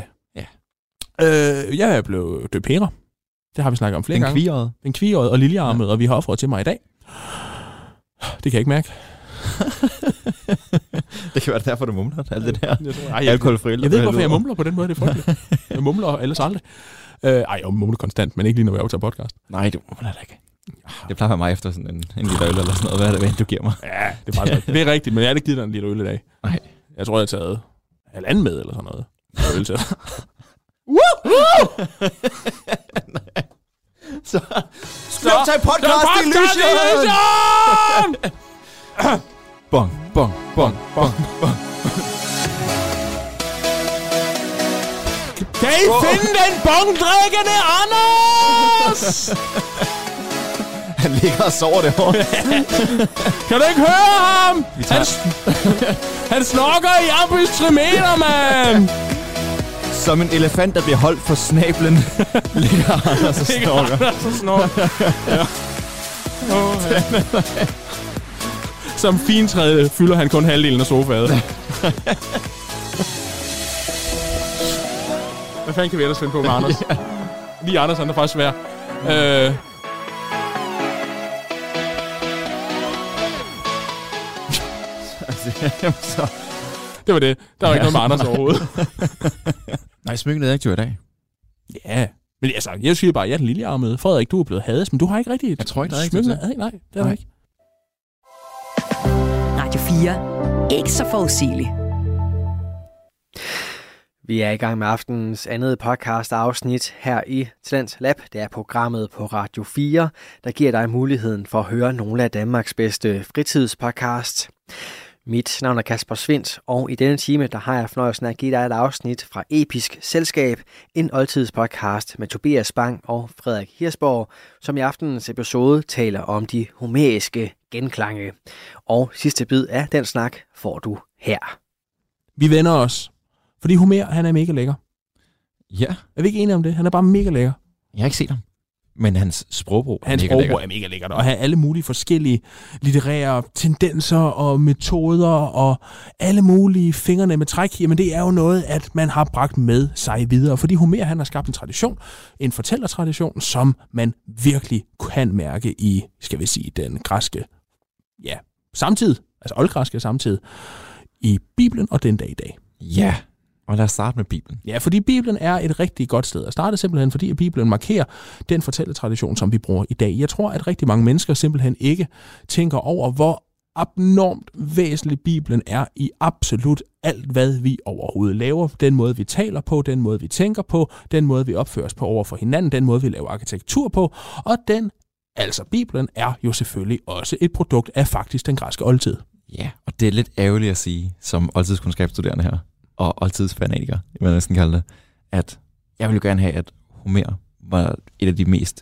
Jeg er blevet døbt Hera. Det har vi snakket om flere gange. Den kviårede og liljearmede, og vi har offret til mig i dag. Det kan jeg ikke mærke. Det kan være derfor, du mumler alt det der. Alkoholfri. Jeg ved ikke, hvorfor jeg mumler på den måde. Det er frygteligt. Jeg mumler ellers aldrig. Jeg mumler konstant, men ikke lige når jeg optager podcast. Nej, du mumler da ikke. Det plejer mig efter sådan en lille øl eller sådan noget. Hvad er det, du giver mig? Ja, det er faktisk det er rigtigt, men jeg har ikke givet dig en lille øl i dag. Nej. Jeg tror, jeg har taget halvanden med eller sådan noget. Øl til. Så Snapchat podcast Illusion! Bong, bong, bong, bong, bong. Kan I finde den bongdrikkende Anders? Han ligger og sover derovre. Kan du ikke høre ham? Han snorker i Ambys trimeter, mand! Som en elefant, der bliver holdt for snablen, ligger Anders og snorker. Ja. Som fintræde fylder han kun halvdelen af sofaet. Hvad fanden kan vi ellers finde på med Anders? Lige Anders, han er faktisk svær. Det var det. Der var ikke noget med Anders overhovedet. Nej, smykken er ikke i dag. Ja, men altså, jeg siger bare, jeg er den lillearmede. Frederik, du er blevet hades, men du har ikke rigtig jeg tror ikke, der er smykken. Nej, det er der ikke. Radio 4. Ikke så forudsigelig. Vi er i gang med aftenens andet podcast-afsnit her i Talents Lab. Det er programmet på Radio 4, der giver dig muligheden for at høre nogle af Danmarks bedste fritidspodcast. Mit navn er Kasper Svindt, og i denne time der har jeg fornøjelsen af at give dig et afsnit fra Episk Selskab, en oldtidspodcast med Tobias Bang og Frederik Hirsborg, som i aftenens episode taler om de homeriske genklange. Og sidste bid af den snak får du her. Vi vender os, fordi Homer, han er mega lækker. Ja. Er vi ikke enige om det? Han er bare mega lækker. Jeg har ikke set ham. Men hans sprogbrug er mega lækkert. Og have alle mulige forskellige litterære tendenser og metoder og alle mulige fingrene med træk. Jamen det er jo noget, at man har bragt med sig videre. Fordi Homer, han har skabt en tradition, en fortællertradition, som man virkelig kan mærke i, skal vi sige, den græske samtid, altså oldgræske samtid, i Bibelen og den dag i dag. Ja, og lad os starte med Bibelen. Ja, fordi Bibelen er et rigtig godt sted at starte, simpelthen fordi Bibelen markerer den fortælletradition, som vi bruger i dag. Jeg tror, at rigtig mange mennesker simpelthen ikke tænker over, hvor abnormt væsentlig Bibelen er i absolut alt, hvad vi overhovedet laver. Den måde, vi taler på, den måde, vi tænker på, den måde, vi opfører os på over for hinanden, den måde, vi laver arkitektur på, og Bibelen er jo selvfølgelig også et produkt af faktisk den græske oldtid. Ja, og det er lidt ærgerligt at sige, som oldtidskundskabsstuderende her, og oldtidsfanatiker, jeg vil næsten kalde det, at jeg ville gerne have, at Homer var et af de mest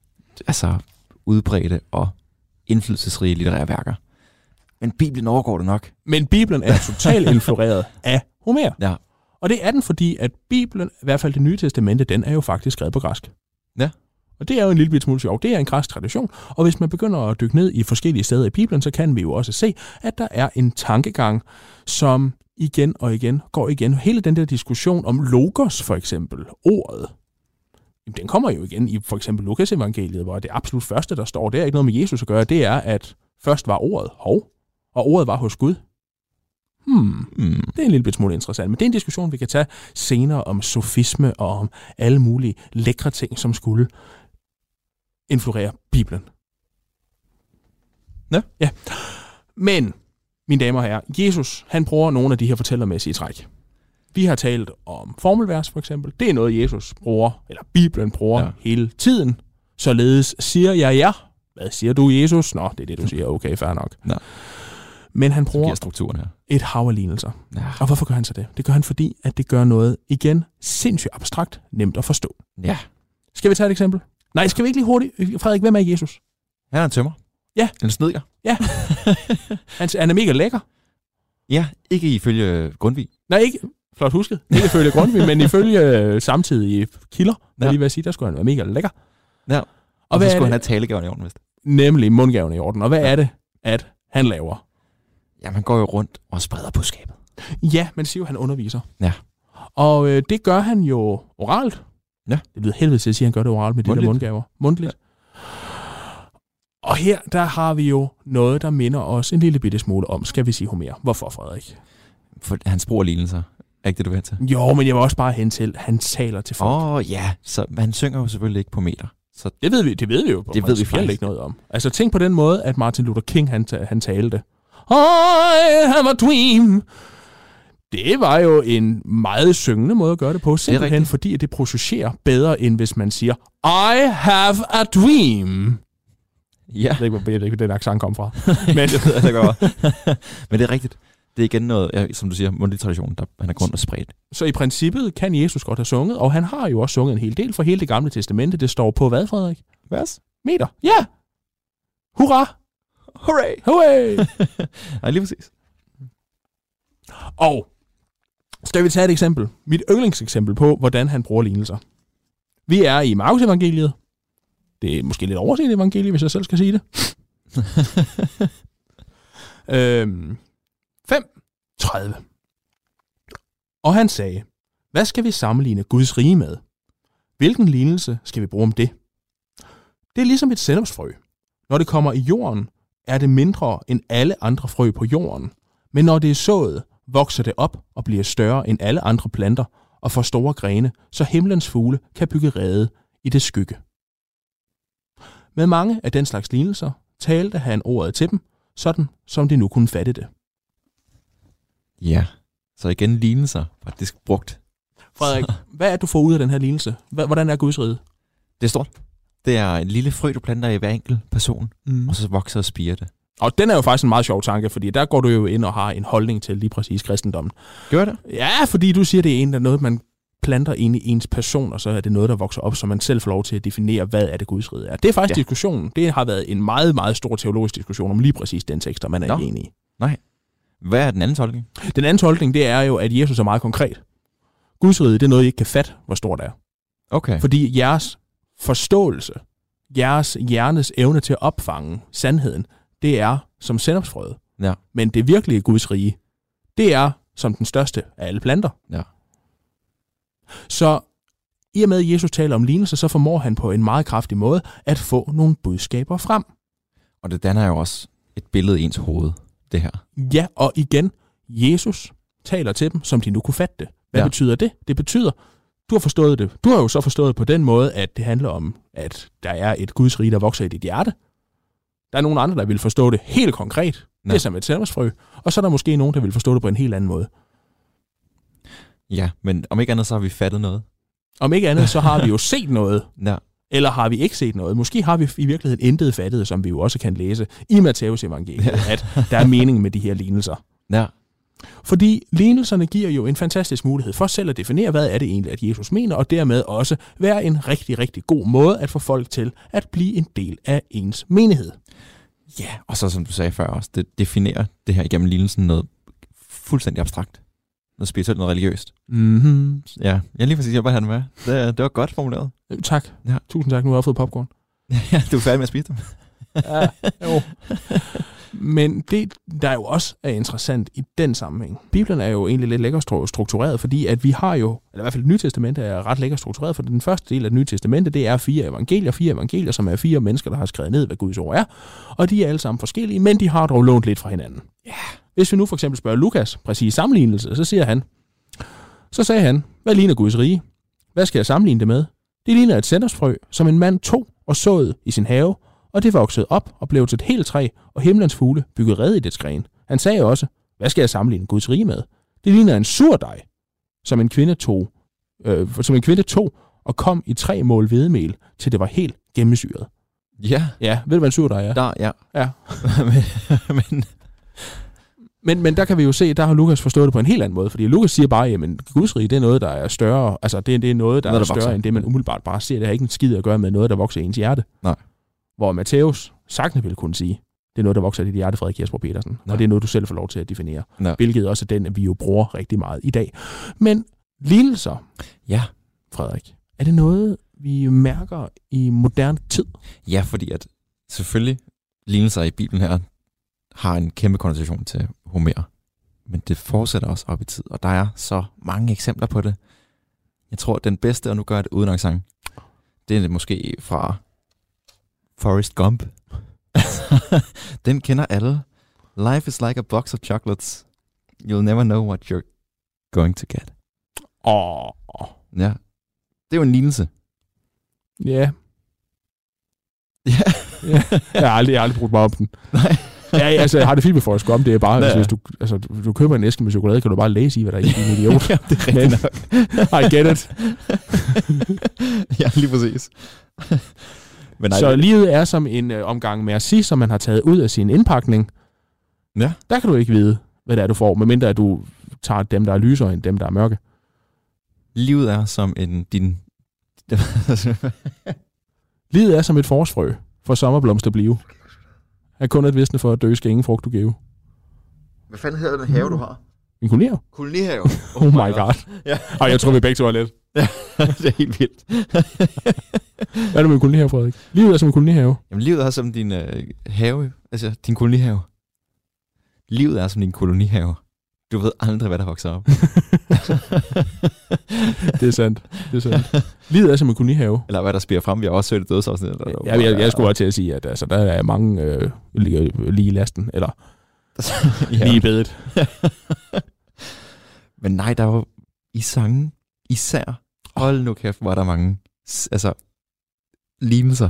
udbredte og indflydelsesrige litterære værker. Men Bibelen overgår det nok. Men Bibelen er totalt influeret af Homer. Ja. Og det er den, fordi at Bibelen, i hvert fald det nye testamente, den er jo faktisk skrevet på græsk. Ja. Og det er jo en lille smule sjovt. Det er en græsk tradition. Og hvis man begynder at dykke ned i forskellige steder i Bibelen, så kan vi jo også se, at der er en tankegang, som igen og igen går igen. Hele den der diskussion om logos, for eksempel, ordet, den kommer jo igen i for eksempel Lukas evangeliet, hvor det absolut første, der står, det er ikke noget med Jesus at gøre, det er, at først var ordet og ordet var hos Gud. Det er en lille smule interessant, men det er en diskussion, vi kan tage senere om sofisme og om alle mulige lækre ting, som skulle influere Bibelen. Ja. Men, mine damer og herrer, Jesus, han bruger nogle af de her fortællermæssige træk. Vi har talt om formelvers, for eksempel. Det er noget, Jesus bruger, eller Bibelen bruger hele tiden. Således siger jeg ja. Hvad siger du, Jesus? Nå, det er det, du siger. Okay, fair nok. Ja. Men han bruger strukturen her. Et hav af lignelser. Ja. Og hvorfor gør han så det? Det gør han, fordi at det gør noget, igen, sindssygt abstrakt, nemt at forstå. Ja. Skal vi tage et eksempel? Nej, skal vi ikke lige hurtigt? Frederik, hvem er Jesus? Han er en tømmer. Ja. En snedker. Ja. Han er mega lækker. Ja, ikke ifølge Grundtvig. Nej, ikke. Flot husket. Ikke ifølge Grundtvig, men ifølge samtidige kilder. Ja. Lige vil sige, der skulle han være mega lækker. Ja. Og så skulle han have talegaven i orden, vist. Nemlig mundgaven i orden. Og hvad er det, at han laver? Ja, man går jo rundt og spreder budskabet. Ja, man siger jo, han underviser. Ja. Og det gør han jo oralt. Ja. Det lyder helvede til at sige, at han gør det oralt med de der mundgaver. Mundtligt. Ja. Og her, der har vi jo noget, der minder os en lille bitte smule om, skal vi sige Homer. Hvorfor, Frederik? For hans brug af lignelser. Er ikke det, du vil hen til? Jo, men jeg vil også bare hen til, han taler til folk. Ja, så han synger jo selvfølgelig ikke på meter. Så det ved vi jo. Det ved vi faktisk ikke noget om. Altså tænk på den måde, at Martin Luther King, han talte. I have a dream. Det var jo en meget syngende måde at gøre det på, simpelthen fordi det processerer bedre, end hvis man siger, I have a dream. Ja. Jeg ved ikke, hvor den accent kom fra. Men det ved jeg godt. Men det er rigtigt. Det er igen noget, som du siger, mundtlig tradition, der han er grund og spredt. Så i princippet kan Jesus godt have sunget, og han har jo også sunget en hel del, for hele det gamle testamente, det står på hvad, Frederik? Vers? Meter. Ja! Hurra! Hooray! Hooray! Nej, lige præcis. Og skal vi tage et eksempel? Mit yndlingseksempel på, hvordan han bruger lignelser. Vi er i Markus evangeliet. Det er måske lidt overset evangelie, hvis jeg selv skal sige det. 5:30. Og han sagde, hvad skal vi sammenligne Guds rige med? Hvilken lignelse skal vi bruge om det? Det er ligesom et sennepsfrø. Når det kommer i jorden, er det mindre end alle andre frø på jorden. Men når det er sået, vokser det op og bliver større end alle andre planter og får store grene, så himlens fugle kan bygge rede i det skygge. Med mange af den slags lignelser talte han ordet til dem, sådan som de nu kunne fatte det. Ja, så igen lignelser faktisk brugt Frederik, hvad er du får ud af den her lignelse? Hvordan er Guds rige? Det er stort. Det er en lille frø, du planter i hver enkelt person, og så vokser og spirer det. Og den er jo faktisk en meget sjov tanke, fordi der går du jo ind og har en holdning til lige præcis kristendommen. Gør det? Ja, fordi du siger, det er noget, man planter ind i ens person, og så er det noget, der vokser op, så man selv får lov til at definere, hvad er det Guds rige er. Det er faktisk diskussionen. Det har været en meget, meget stor teologisk diskussion om lige præcis den tekst, der man er enig i. Nej. Hvad er den anden tolkning? Den anden tolkning, det er jo, at Jesus er meget konkret. Guds rige, det er noget, I ikke kan fatte, hvor stort det er. Okay. Fordi jeres forståelse, jeres hjernes evne til at opfange sandheden, det er som sennepsfrøet. Ja. Men det virkelige Guds rige, det er som den største af alle planter. Ja. Så i og med, at Jesus taler om lignelse, så formår han på en meget kraftig måde at få nogle budskaber frem. Og det danner jo også et billede i ens hoved, det her. Ja, og igen, Jesus taler til dem, som de nu kunne fatte det. Hvad betyder det? Det betyder, du har forstået det. Du har jo så forstået på den måde, at det handler om, at der er et Guds rige, der vokser i dit hjerte. Der er nogle andre, der vil forstå det helt konkret. Ja. Det er som et sennepsfrø. Og så er der måske nogen, der vil forstå det på en helt anden måde. Ja, men om ikke andet, så har vi fattet noget. Om ikke andet, så har vi jo set noget. Ja. Eller har vi ikke set noget? Måske har vi i virkeligheden intet fattet, som vi jo også kan læse i Matthæus evangeliet, at der er mening med de her lignelser. Ja. Fordi lignelserne giver jo en fantastisk mulighed for selv at definere, hvad er det egentlig, at Jesus mener, og dermed også være en rigtig, rigtig god måde at få folk til at blive en del af ens menighed. Ja, og så som du sagde før også, det definerer det her igennem lignelsen noget fuldstændig abstrakt. Noget spirituelt, noget religiøst. Mm-hmm. Ja, jeg lige præcis hjælper han med. Det var godt formuleret. Tak. Ja. Tusind tak, nu har jeg fået popcorn. Ja, du er færdig med at spise dem. Ja, jo. Men det, der jo også er interessant i den sammenhæng. Bibelen er jo egentlig lidt lækker struktureret, fordi at vi har jo, eller i hvert fald Nye Testamente er ret lækker struktureret, for den første del af Nye Testamente, det er 4 evangelier, som er 4 mennesker, der har skrevet ned, hvad Guds ord er, og de er alle sammen forskellige, men de har dog lånt lidt fra hinanden. Ja. Hvis vi nu for eksempel spørger Lukas, præcis sammenlignelse, så sagde han, hvad ligner Guds rige? Hvad skal jeg sammenligne det med? Det ligner et sennepsfrø, som en mand tog og såede i sin have, og det voksede op og blev til et helt træ, og himlens fugle byggede rede i dets gren. Han sagde også, hvad skal jeg sammenligne Guds rige med? Det ligner en surdej, som en kvinde tog og kom i 3 mål hvedemel, til det var helt gennemsyret. Ja. Ja, ved du, hvad en surdej er? Ja. Men der kan vi jo se, der har Lukas forstået det på en helt anden måde, fordi Lukas siger bare, jamen Guds rige, det er noget, der er større, altså det er noget, der er større end det, man umiddelbart bare ser. Det har ikke en skid at gøre med noget, der vokser i ens hjerte. Nej. Hvor Matthæus sagtens ville kunne sige, det er noget, der vokser i dit hjerte, Frederik Jesper Petersen. Og det er noget, du selv får lov til at definere. Hvilket også er den, at vi jo bruger rigtig meget i dag. Men lignelser, Frederik, er det noget, vi mærker i moderne tid? Ja, fordi at selvfølgelig lignelser i Bibelen her har en kæmpe konnotation til Homer. Men det fortsætter også op i tid, og der er så mange eksempler på det. Jeg tror, den bedste, og nu gør jeg det uden accent, det er måske fra Forrest Gump. Den kender alle. Life is like a box of chocolates. You'll never know what you're going to get. Ja. Det er jo en lignelse. Ja. Ja. Jeg har aldrig brugt mig om den. Nej. Ja, altså, jeg har det fint med Forrest Gump. Det er bare, hvis du køber en æske med chokolade, kan du bare læse i, hvad der er i din idiot. Ja, det er rigtigt nok. I get it. Ja, lige præcis. Men så livet er som en omgang merci, som man har taget ud af sin indpakning. Ja. Der kan du ikke vide, hvad det er, du får, medmindre at du tager dem, der er lysere, end dem, der er mørke. Livet er som Livet er som et forårsfrø for sommerblomster blive. Er kun et visne for at dø, skal ingen frugt du give. Hvad fanden hedder den have, du har? En kolonihave. Kolonihave? Oh my god. Ja. Og jeg tror, vi begge to er lidt. Ja, det er helt vildt. Hvad er det med en kolonihave, Frederik? Livet er som en kolonihave. Jamen, livet er som din have, altså din kolonihave. Livet er som din kolonihave. Du ved aldrig, hvad der vokser op. Det er sandt. Livet er som en kolonihave. Eller hvad der spiger frem. Vi har også søgt et dødsafsnit. Jeg skulle også til at sige, at altså, der er mange lige i lasten, eller lige i bedet. Men nej, der var i sangen, især, hold nu kæft, var der mange lignelser.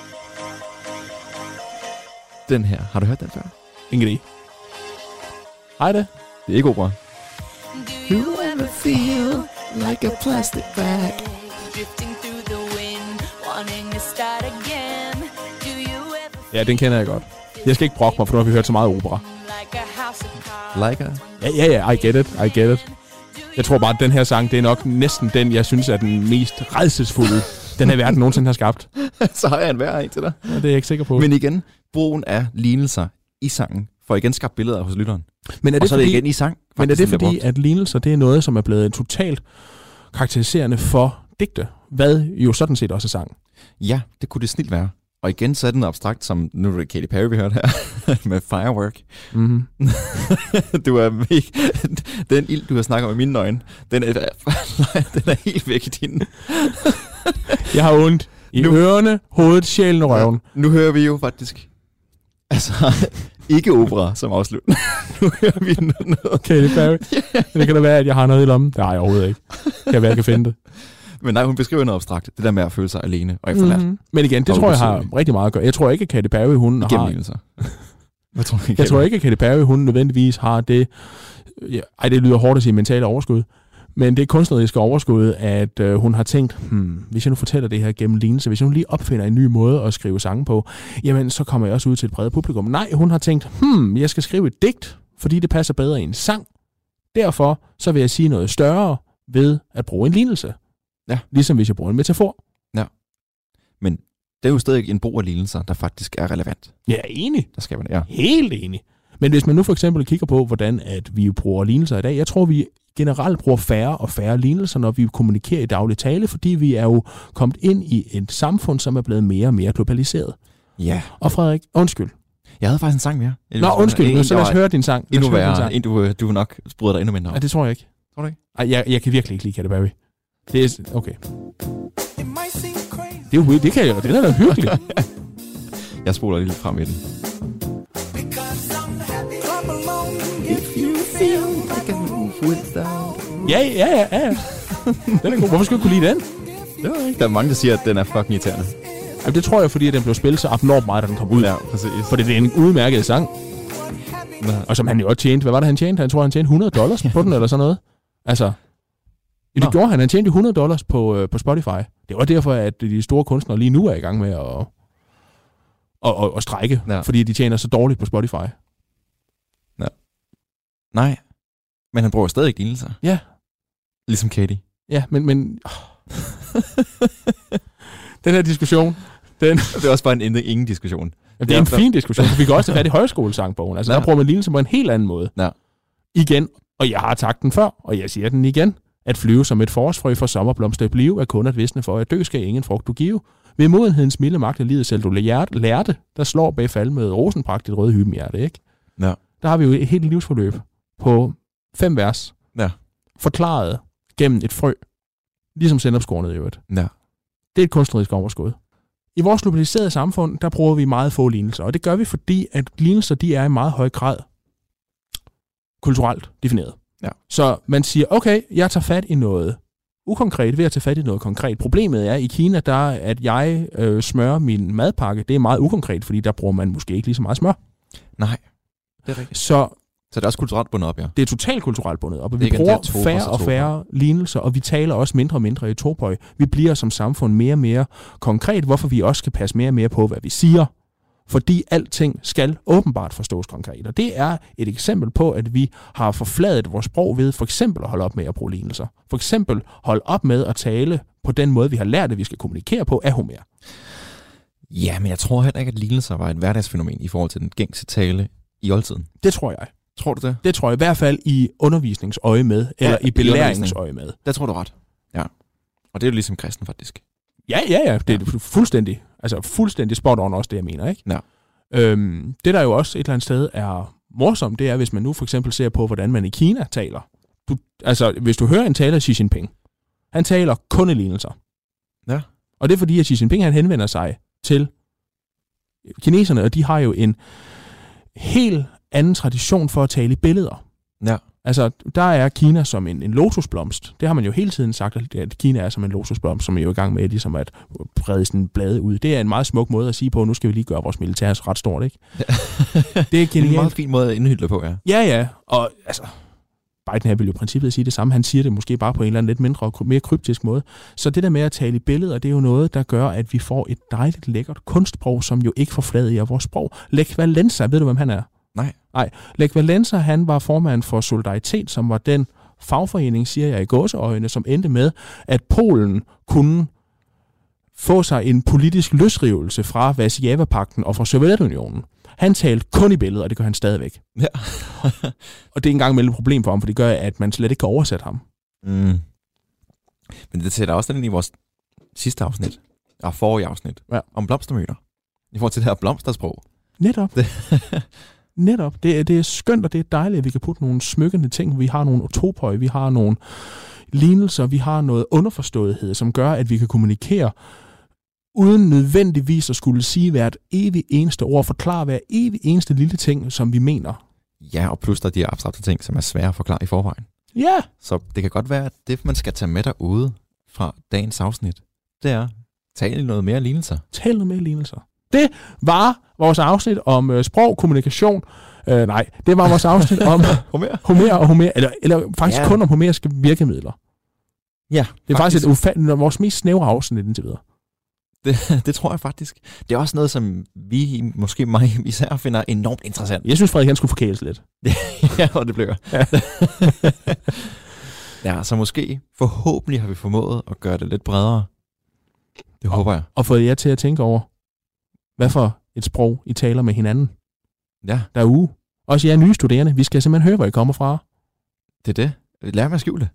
Den her, har du hørt den før? Ingen idé. Hej det. Det er ikke opera. Do you ever feel like a plastic bag. Drifting through the wind, wanting to start again. Do you ever Ja, den kender jeg godt. Jeg skal ikke brokke mig, for nu har vi hørt så meget opera. like a house of cards? Like a... Ja, I get it. Jeg tror bare, at den her sang, det er nok næsten den, jeg synes er den mest rædselsfulde, den her verden nogensinde har skabt. Så har jeg en værre en til dig. Ja, det er jeg ikke sikker på. Men igen, brugen af lignelser i sangen, for igen skabt billeder hos lytteren. Men er det og så fordi, er det igen i sang. Men er det fordi, at lignelser, det er noget, som er blevet totalt karakteriserende for digte, hvad jo sådan set også er sang? Ja, det kunne det snilt være. Og igen, så er den abstrakt, som nu er det Katy Perry, vi hørte her, med Firework. Mm-hmm. Du er den ild, du har snakket om i mine øjne, den er helt væk i din. Jeg har ondt i ørerne, hovedet, sjælen og røven. Ja, nu hører vi jo faktisk, altså, ikke opera som afslutning. Nu hører vi noget. Katy Perry. Det kan da være, at jeg har noget i lommen. Det har jeg overhovedet ikke. Kan være, jeg kan finde det. Men nej, hun beskriver noget abstrakt. Det der med at føle sig alene og efterladt. Mm-hmm. Men igen, det tror jeg har rigtig meget at gøre. Jeg tror ikke, at Katy Perry, hun har... Hvad tror du, jeg tror ikke, at Katy Perry, hun nødvendigvis har det... Ej, det lyder hårdt at sige mentale overskud. Men det er kunstneriske overskud, at hun har tænkt, hvis jeg nu fortæller det her gennem lignelse, hvis jeg nu lige opfinder en ny måde at skrive sange på, jamen så kommer jeg også ud til et bredt publikum. Nej, hun har tænkt, jeg skal skrive et digt, fordi det passer bedre i en sang. Derfor så vil jeg sige noget større ved at bruge en lignelse. Ja. Ligesom hvis jeg bruger en metafor. Ja. Men det er jo stadig en brug af lignelser, der faktisk er relevant. Jeg er enig. Der skal man, ja. Helt enig. Men hvis man nu for eksempel kigger på, hvordan at vi bruger lignelser i dag, jeg tror, vi generelt bruger færre og færre lignelser, når vi kommunikerer i daglig tale, fordi vi er jo kommet ind i et samfund, som er blevet mere og mere globaliseret. Ja. Og Frederik, undskyld. Jeg havde faktisk en sang mere. Nå, undskyld. Så lad os høre din sang. Endnu værre. En, du nok bryder dig endnu mindre om. Ja, det tror jeg ikke. Tror du ikke? Ej, jeg kan virkelig ikke lide Katy Perry. Det er... Okay. Det er weird. Det kan jeg. Det er da hyggeligt. Jeg spoler lidt frem i den. Ja. Den er god. Hvorfor skulle jeg kunne lide den? Det var ikke. Der er mange, der siger, at den er fucking irriterende. Jamen, det tror jeg, fordi den blev spillet så abnormt meget, da den kom ud. Ja, præcis. Fordi det er en udmærket sang. Ja. Og som han jo også tjente. Hvad var det, han tjente? Han tror, han tjente $100 på den, eller sådan noget. Altså... Det gjorde han. Han tjente $100 på Spotify. Det var derfor, at de store kunstnere lige nu er i gang med at strejke. Ja. Fordi de tjener så dårligt på Spotify. Ja. Nej. Men han bruger stadig lignelser. Ja. Ligesom Katy. Ja, men... Den her diskussion... Det er også bare ingen diskussion. Ja, det er en fin diskussion. Vi kan også have det i højskolesangbogen. Altså, der bruger man lignelser på en helt anden måde. Ja. Igen. Og jeg har sagt den før, og jeg siger den igen. At flyve som et forårsfrø for sommerblomster blive er kun at visne for, at dø skal ingen frugt du give. Ved modenhedens milde magt af livet selv du lærte, der slår bag fald med rosenpragt et røde hybenhjerte, ikke? Ja. Der har vi jo et helt livsforløb på 5 vers. Ja. Forklaret gennem et frø. Ligesom sennepskornet i øvrigt. Ja. Det er et kunstnerisk overskud. I vores globaliserede samfund, der bruger vi meget få lignelser. Og det gør vi, fordi at lignelser, de er i meget høj grad kulturelt defineret. Ja. Så man siger, okay, jeg tager fat i noget ukonkret ved at tage fat i noget konkret. Problemet er i Kina, der at jeg smører min madpakke, det er meget ukonkret, fordi der bruger man måske ikke lige så meget smør. Nej, det er rigtigt. Så det er også kulturelt bundet op, ja. Det er totalt kulturelt bundet op, og vi bruger færre og færre lignelser, og vi taler også mindre og mindre i topøj. Vi bliver som samfund mere og mere konkret, hvorfor vi også skal passe mere og mere på, hvad vi siger. Fordi alting skal åbenbart forstås konkret. Og det er et eksempel på, at vi har forfladet vores sprog ved for eksempel at holde op med at bruge lignelser. For eksempel holde op med at tale på den måde, vi har lært, at vi skal kommunikere på, af Homer. Ja, men jeg tror heller ikke, at lignelser var et hverdagsfænomen i forhold til den gængse tale i oldtiden. Det tror jeg. Tror du det? Det tror jeg i hvert fald i undervisningsøje med, eller i belæringsøje med. Der tror du ret. Ja. Og det er jo ligesom kristen faktisk. Ja. Det er fuldstændig spot on også det, jeg mener, ikke? Ja. Det der jo også et eller andet sted er morsomt, det er, hvis man nu for eksempel ser på, hvordan man i Kina taler. Hvis du hører en taler af Xi Jinping, han taler kun i lignelser. Ja. Og det er fordi, at Xi Jinping han henvender sig til kineserne, og de har jo en helt anden tradition for at tale i billeder. Ja. Altså, der er Kina som en lotusblomst. Det har man jo hele tiden sagt, at Kina er som en lotusblomst, som er jo i gang med ligesom at brede sådan blade ud. Det er en meget smuk måde at sige på, nu skal vi lige gøre vores militær ret stort, ikke? Ja. Det er genialt. Det er en meget fin måde at indhylde på, ja. Ja, og altså, Biden her vil jo i princippet sige det samme. Han siger det måske bare på en eller anden lidt mindre og mere kryptisk måde. Så det der med at tale i billeder, det er jo noget, der gør, at vi får et dejligt, lækkert kunstsprog, som jo ikke forfladiger vores sprog. Lech Walesa, ved du, hvem han er? Nej. Lech Walesa, han var formand for Solidaritet, som var den fagforening, siger jeg i gåseøjne, som endte med, at Polen kunne få sig en politisk løsrivelse fra Varsava-pagten og fra Sovjetunionen. Han talte kun i billeder, og det gør han stadigvæk. Ja. Og det er engang mellem et problem for ham, for det gør, at man slet ikke kan oversætte ham. Men det sætter også den i vores sidste afsnit, og forrige afsnit, om blomstermøder. I forhold til det her blomstersprog. Netop. Det er skønt, og det er dejligt, at vi kan putte nogle smykkende ting. Vi har nogle topøj, vi har nogle lignelser, vi har noget underforståethed, som gør, at vi kan kommunikere uden nødvendigvis at skulle sige hvert evig eneste ord, forklare hver evig eneste lille ting, som vi mener. Ja, og plus der er de abstrakte ting, som er svære at forklare i forvejen. Ja. Så det kan godt være, at det, man skal tage med derude fra dagens afsnit, det er tale noget mere lignelser. Det var vores afsnit om sprog, kommunikation. Det var vores afsnit om Homer, eller faktisk kun om homeriske virkemidler. Ja, det er faktisk vores mest snævre afsnit indtil videre. Det tror jeg faktisk. Det er også noget, som vi, måske mig især, finder enormt interessant. Jeg synes, Frederik, han skulle forkæles lidt. Ja, og det bliver. Ja, så måske, forhåbentlig har vi formået at gøre det lidt bredere. Det håber jeg. Og fået jer til at tænke over, hvad for et sprog I taler med hinanden. Ja. Derude. Også jer nye studerende. Vi skal simpelthen høre, hvor I kommer fra. Det er det. Lær mig at skjule det.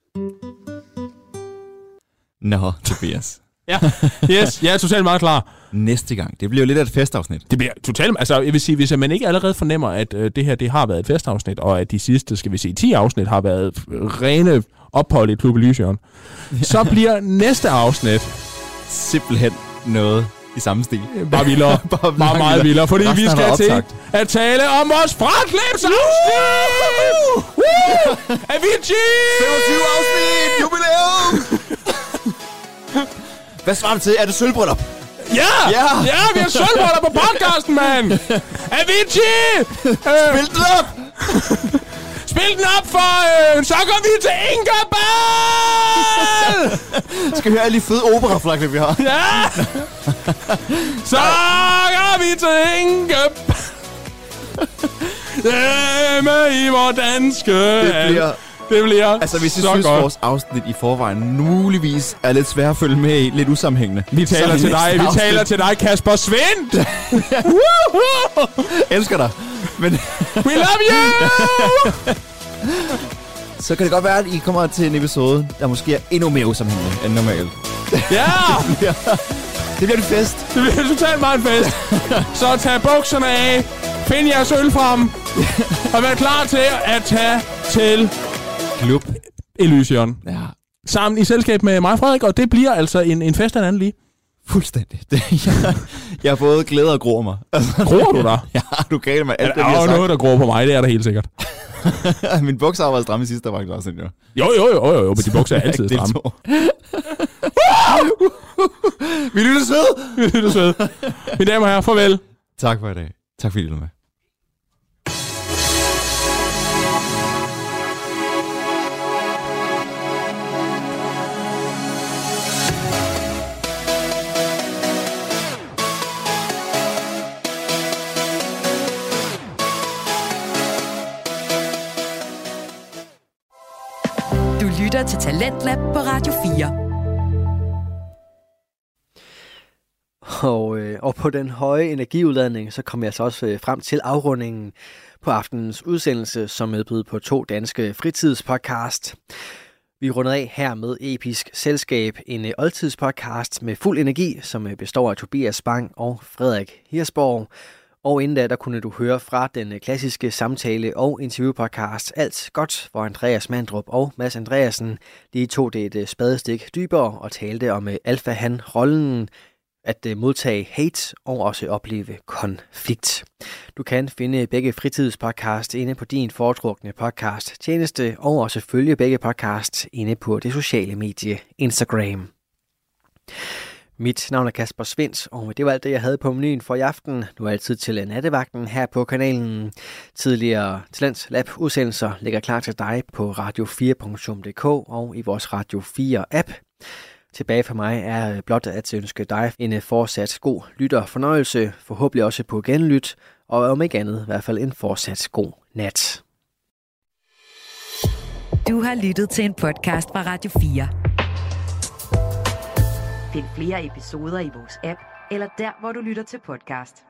Nå, Tobias. Ja, yes, jeg er totalt meget klar. Næste gang. Det bliver jo lidt af et festafsnit. Det bliver totalt... Altså, jeg vil sige, hvis man ikke allerede fornemmer, at det her det har været et festafsnit, og at de sidste, 10 afsnit har været rene ophold i Klub Elysion, så bliver næste afsnit simpelthen noget i samme stil. Bare vildere. Bare meget vildere, fordi vi skal til at tale om vores fraklipsafsnit! Avicii! 25 afsnit! Jubilæum! Hvad svarer det til? Er det sølvbryllup? Ja, vi har sølvbryllup på podcasten, mand! Avicii! Spil den op! Spil den op, for så går vi til Ingerbal! Skal vi høre alle de fede operaflagler, vi har? Ja! Så går vi til Ingerbal! Hjemme i vores danske... Det bliver altså, hvis I synes, vores afsnit i forvejen muligvis er lidt svært at følge med i, lidt usammenhængende. Vi taler til dig, Kasper Svendt! Elsker dig. Men we love you! Så kan det godt være, at I kommer til en episode, der måske er endnu mere usammenhængende end normalt. Ja! Det bliver en fest. Det bliver totalt meget en fest. Så tag bukserne af, find jeres øl frem, og vær klar til at tage til Klub Elysion. Ja. Sammen i selskab med mig, Frederik, og det bliver altså en fest af en anden lige. Fuldstændig. Jeg har både glæder og gruer mig. Gruer du dig? Ja, du gav mig alt det, vi har sagt. Der er noget, der gruer på mig, det er der helt sikkert. Min bukser har været stramme i sidste var også jo. Jo, men de bukser er altid stramme. Vi lyttes ved. Mine damer og herrer, farvel. Tak for i dag. Tak fordi I lyttede med. Lytter til Talentlab på Radio 4. Og på den høje energiudladning, så kom jeg så også frem til afrundingen på aftenens udsendelse, som medbød på 2 danske fritidspodcast. Vi runder af her med Episk Selskab, en oldtidspodcast med fuld energi, som består af Tobias Bang og Frederik Hirsborg. Og inden da, kunne du høre fra den klassiske samtale- og interviewpodcast Alt Godt, hvor Andreas Mandrup og Mads Andreasen lige tog det et spadestik dybere og talte om alfa-han-rollen, at modtage hate og også opleve konflikt. Du kan finde begge fritidspodcast inde på din foretrukne podcast tjeneste og også følge begge podcasts inde på det sociale medie Instagram. Mit navn er Kasper Svindt, og det var alt det, jeg havde på menuen for i aften. Nu er det tid til nattevagten her på kanalen. Tidligere Talents Lab-udsendelser ligger klar til dig på radio4.dk og i vores Radio 4-app. Tilbage for mig er blot at ønske dig en fortsat god lytterfornøjelse, forhåbentlig også på genlyt, og om ikke andet i hvert fald en fortsat god nat. Du har lyttet til en podcast fra Radio 4. Find flere episoder i vores app, eller der, hvor du lytter til podcast.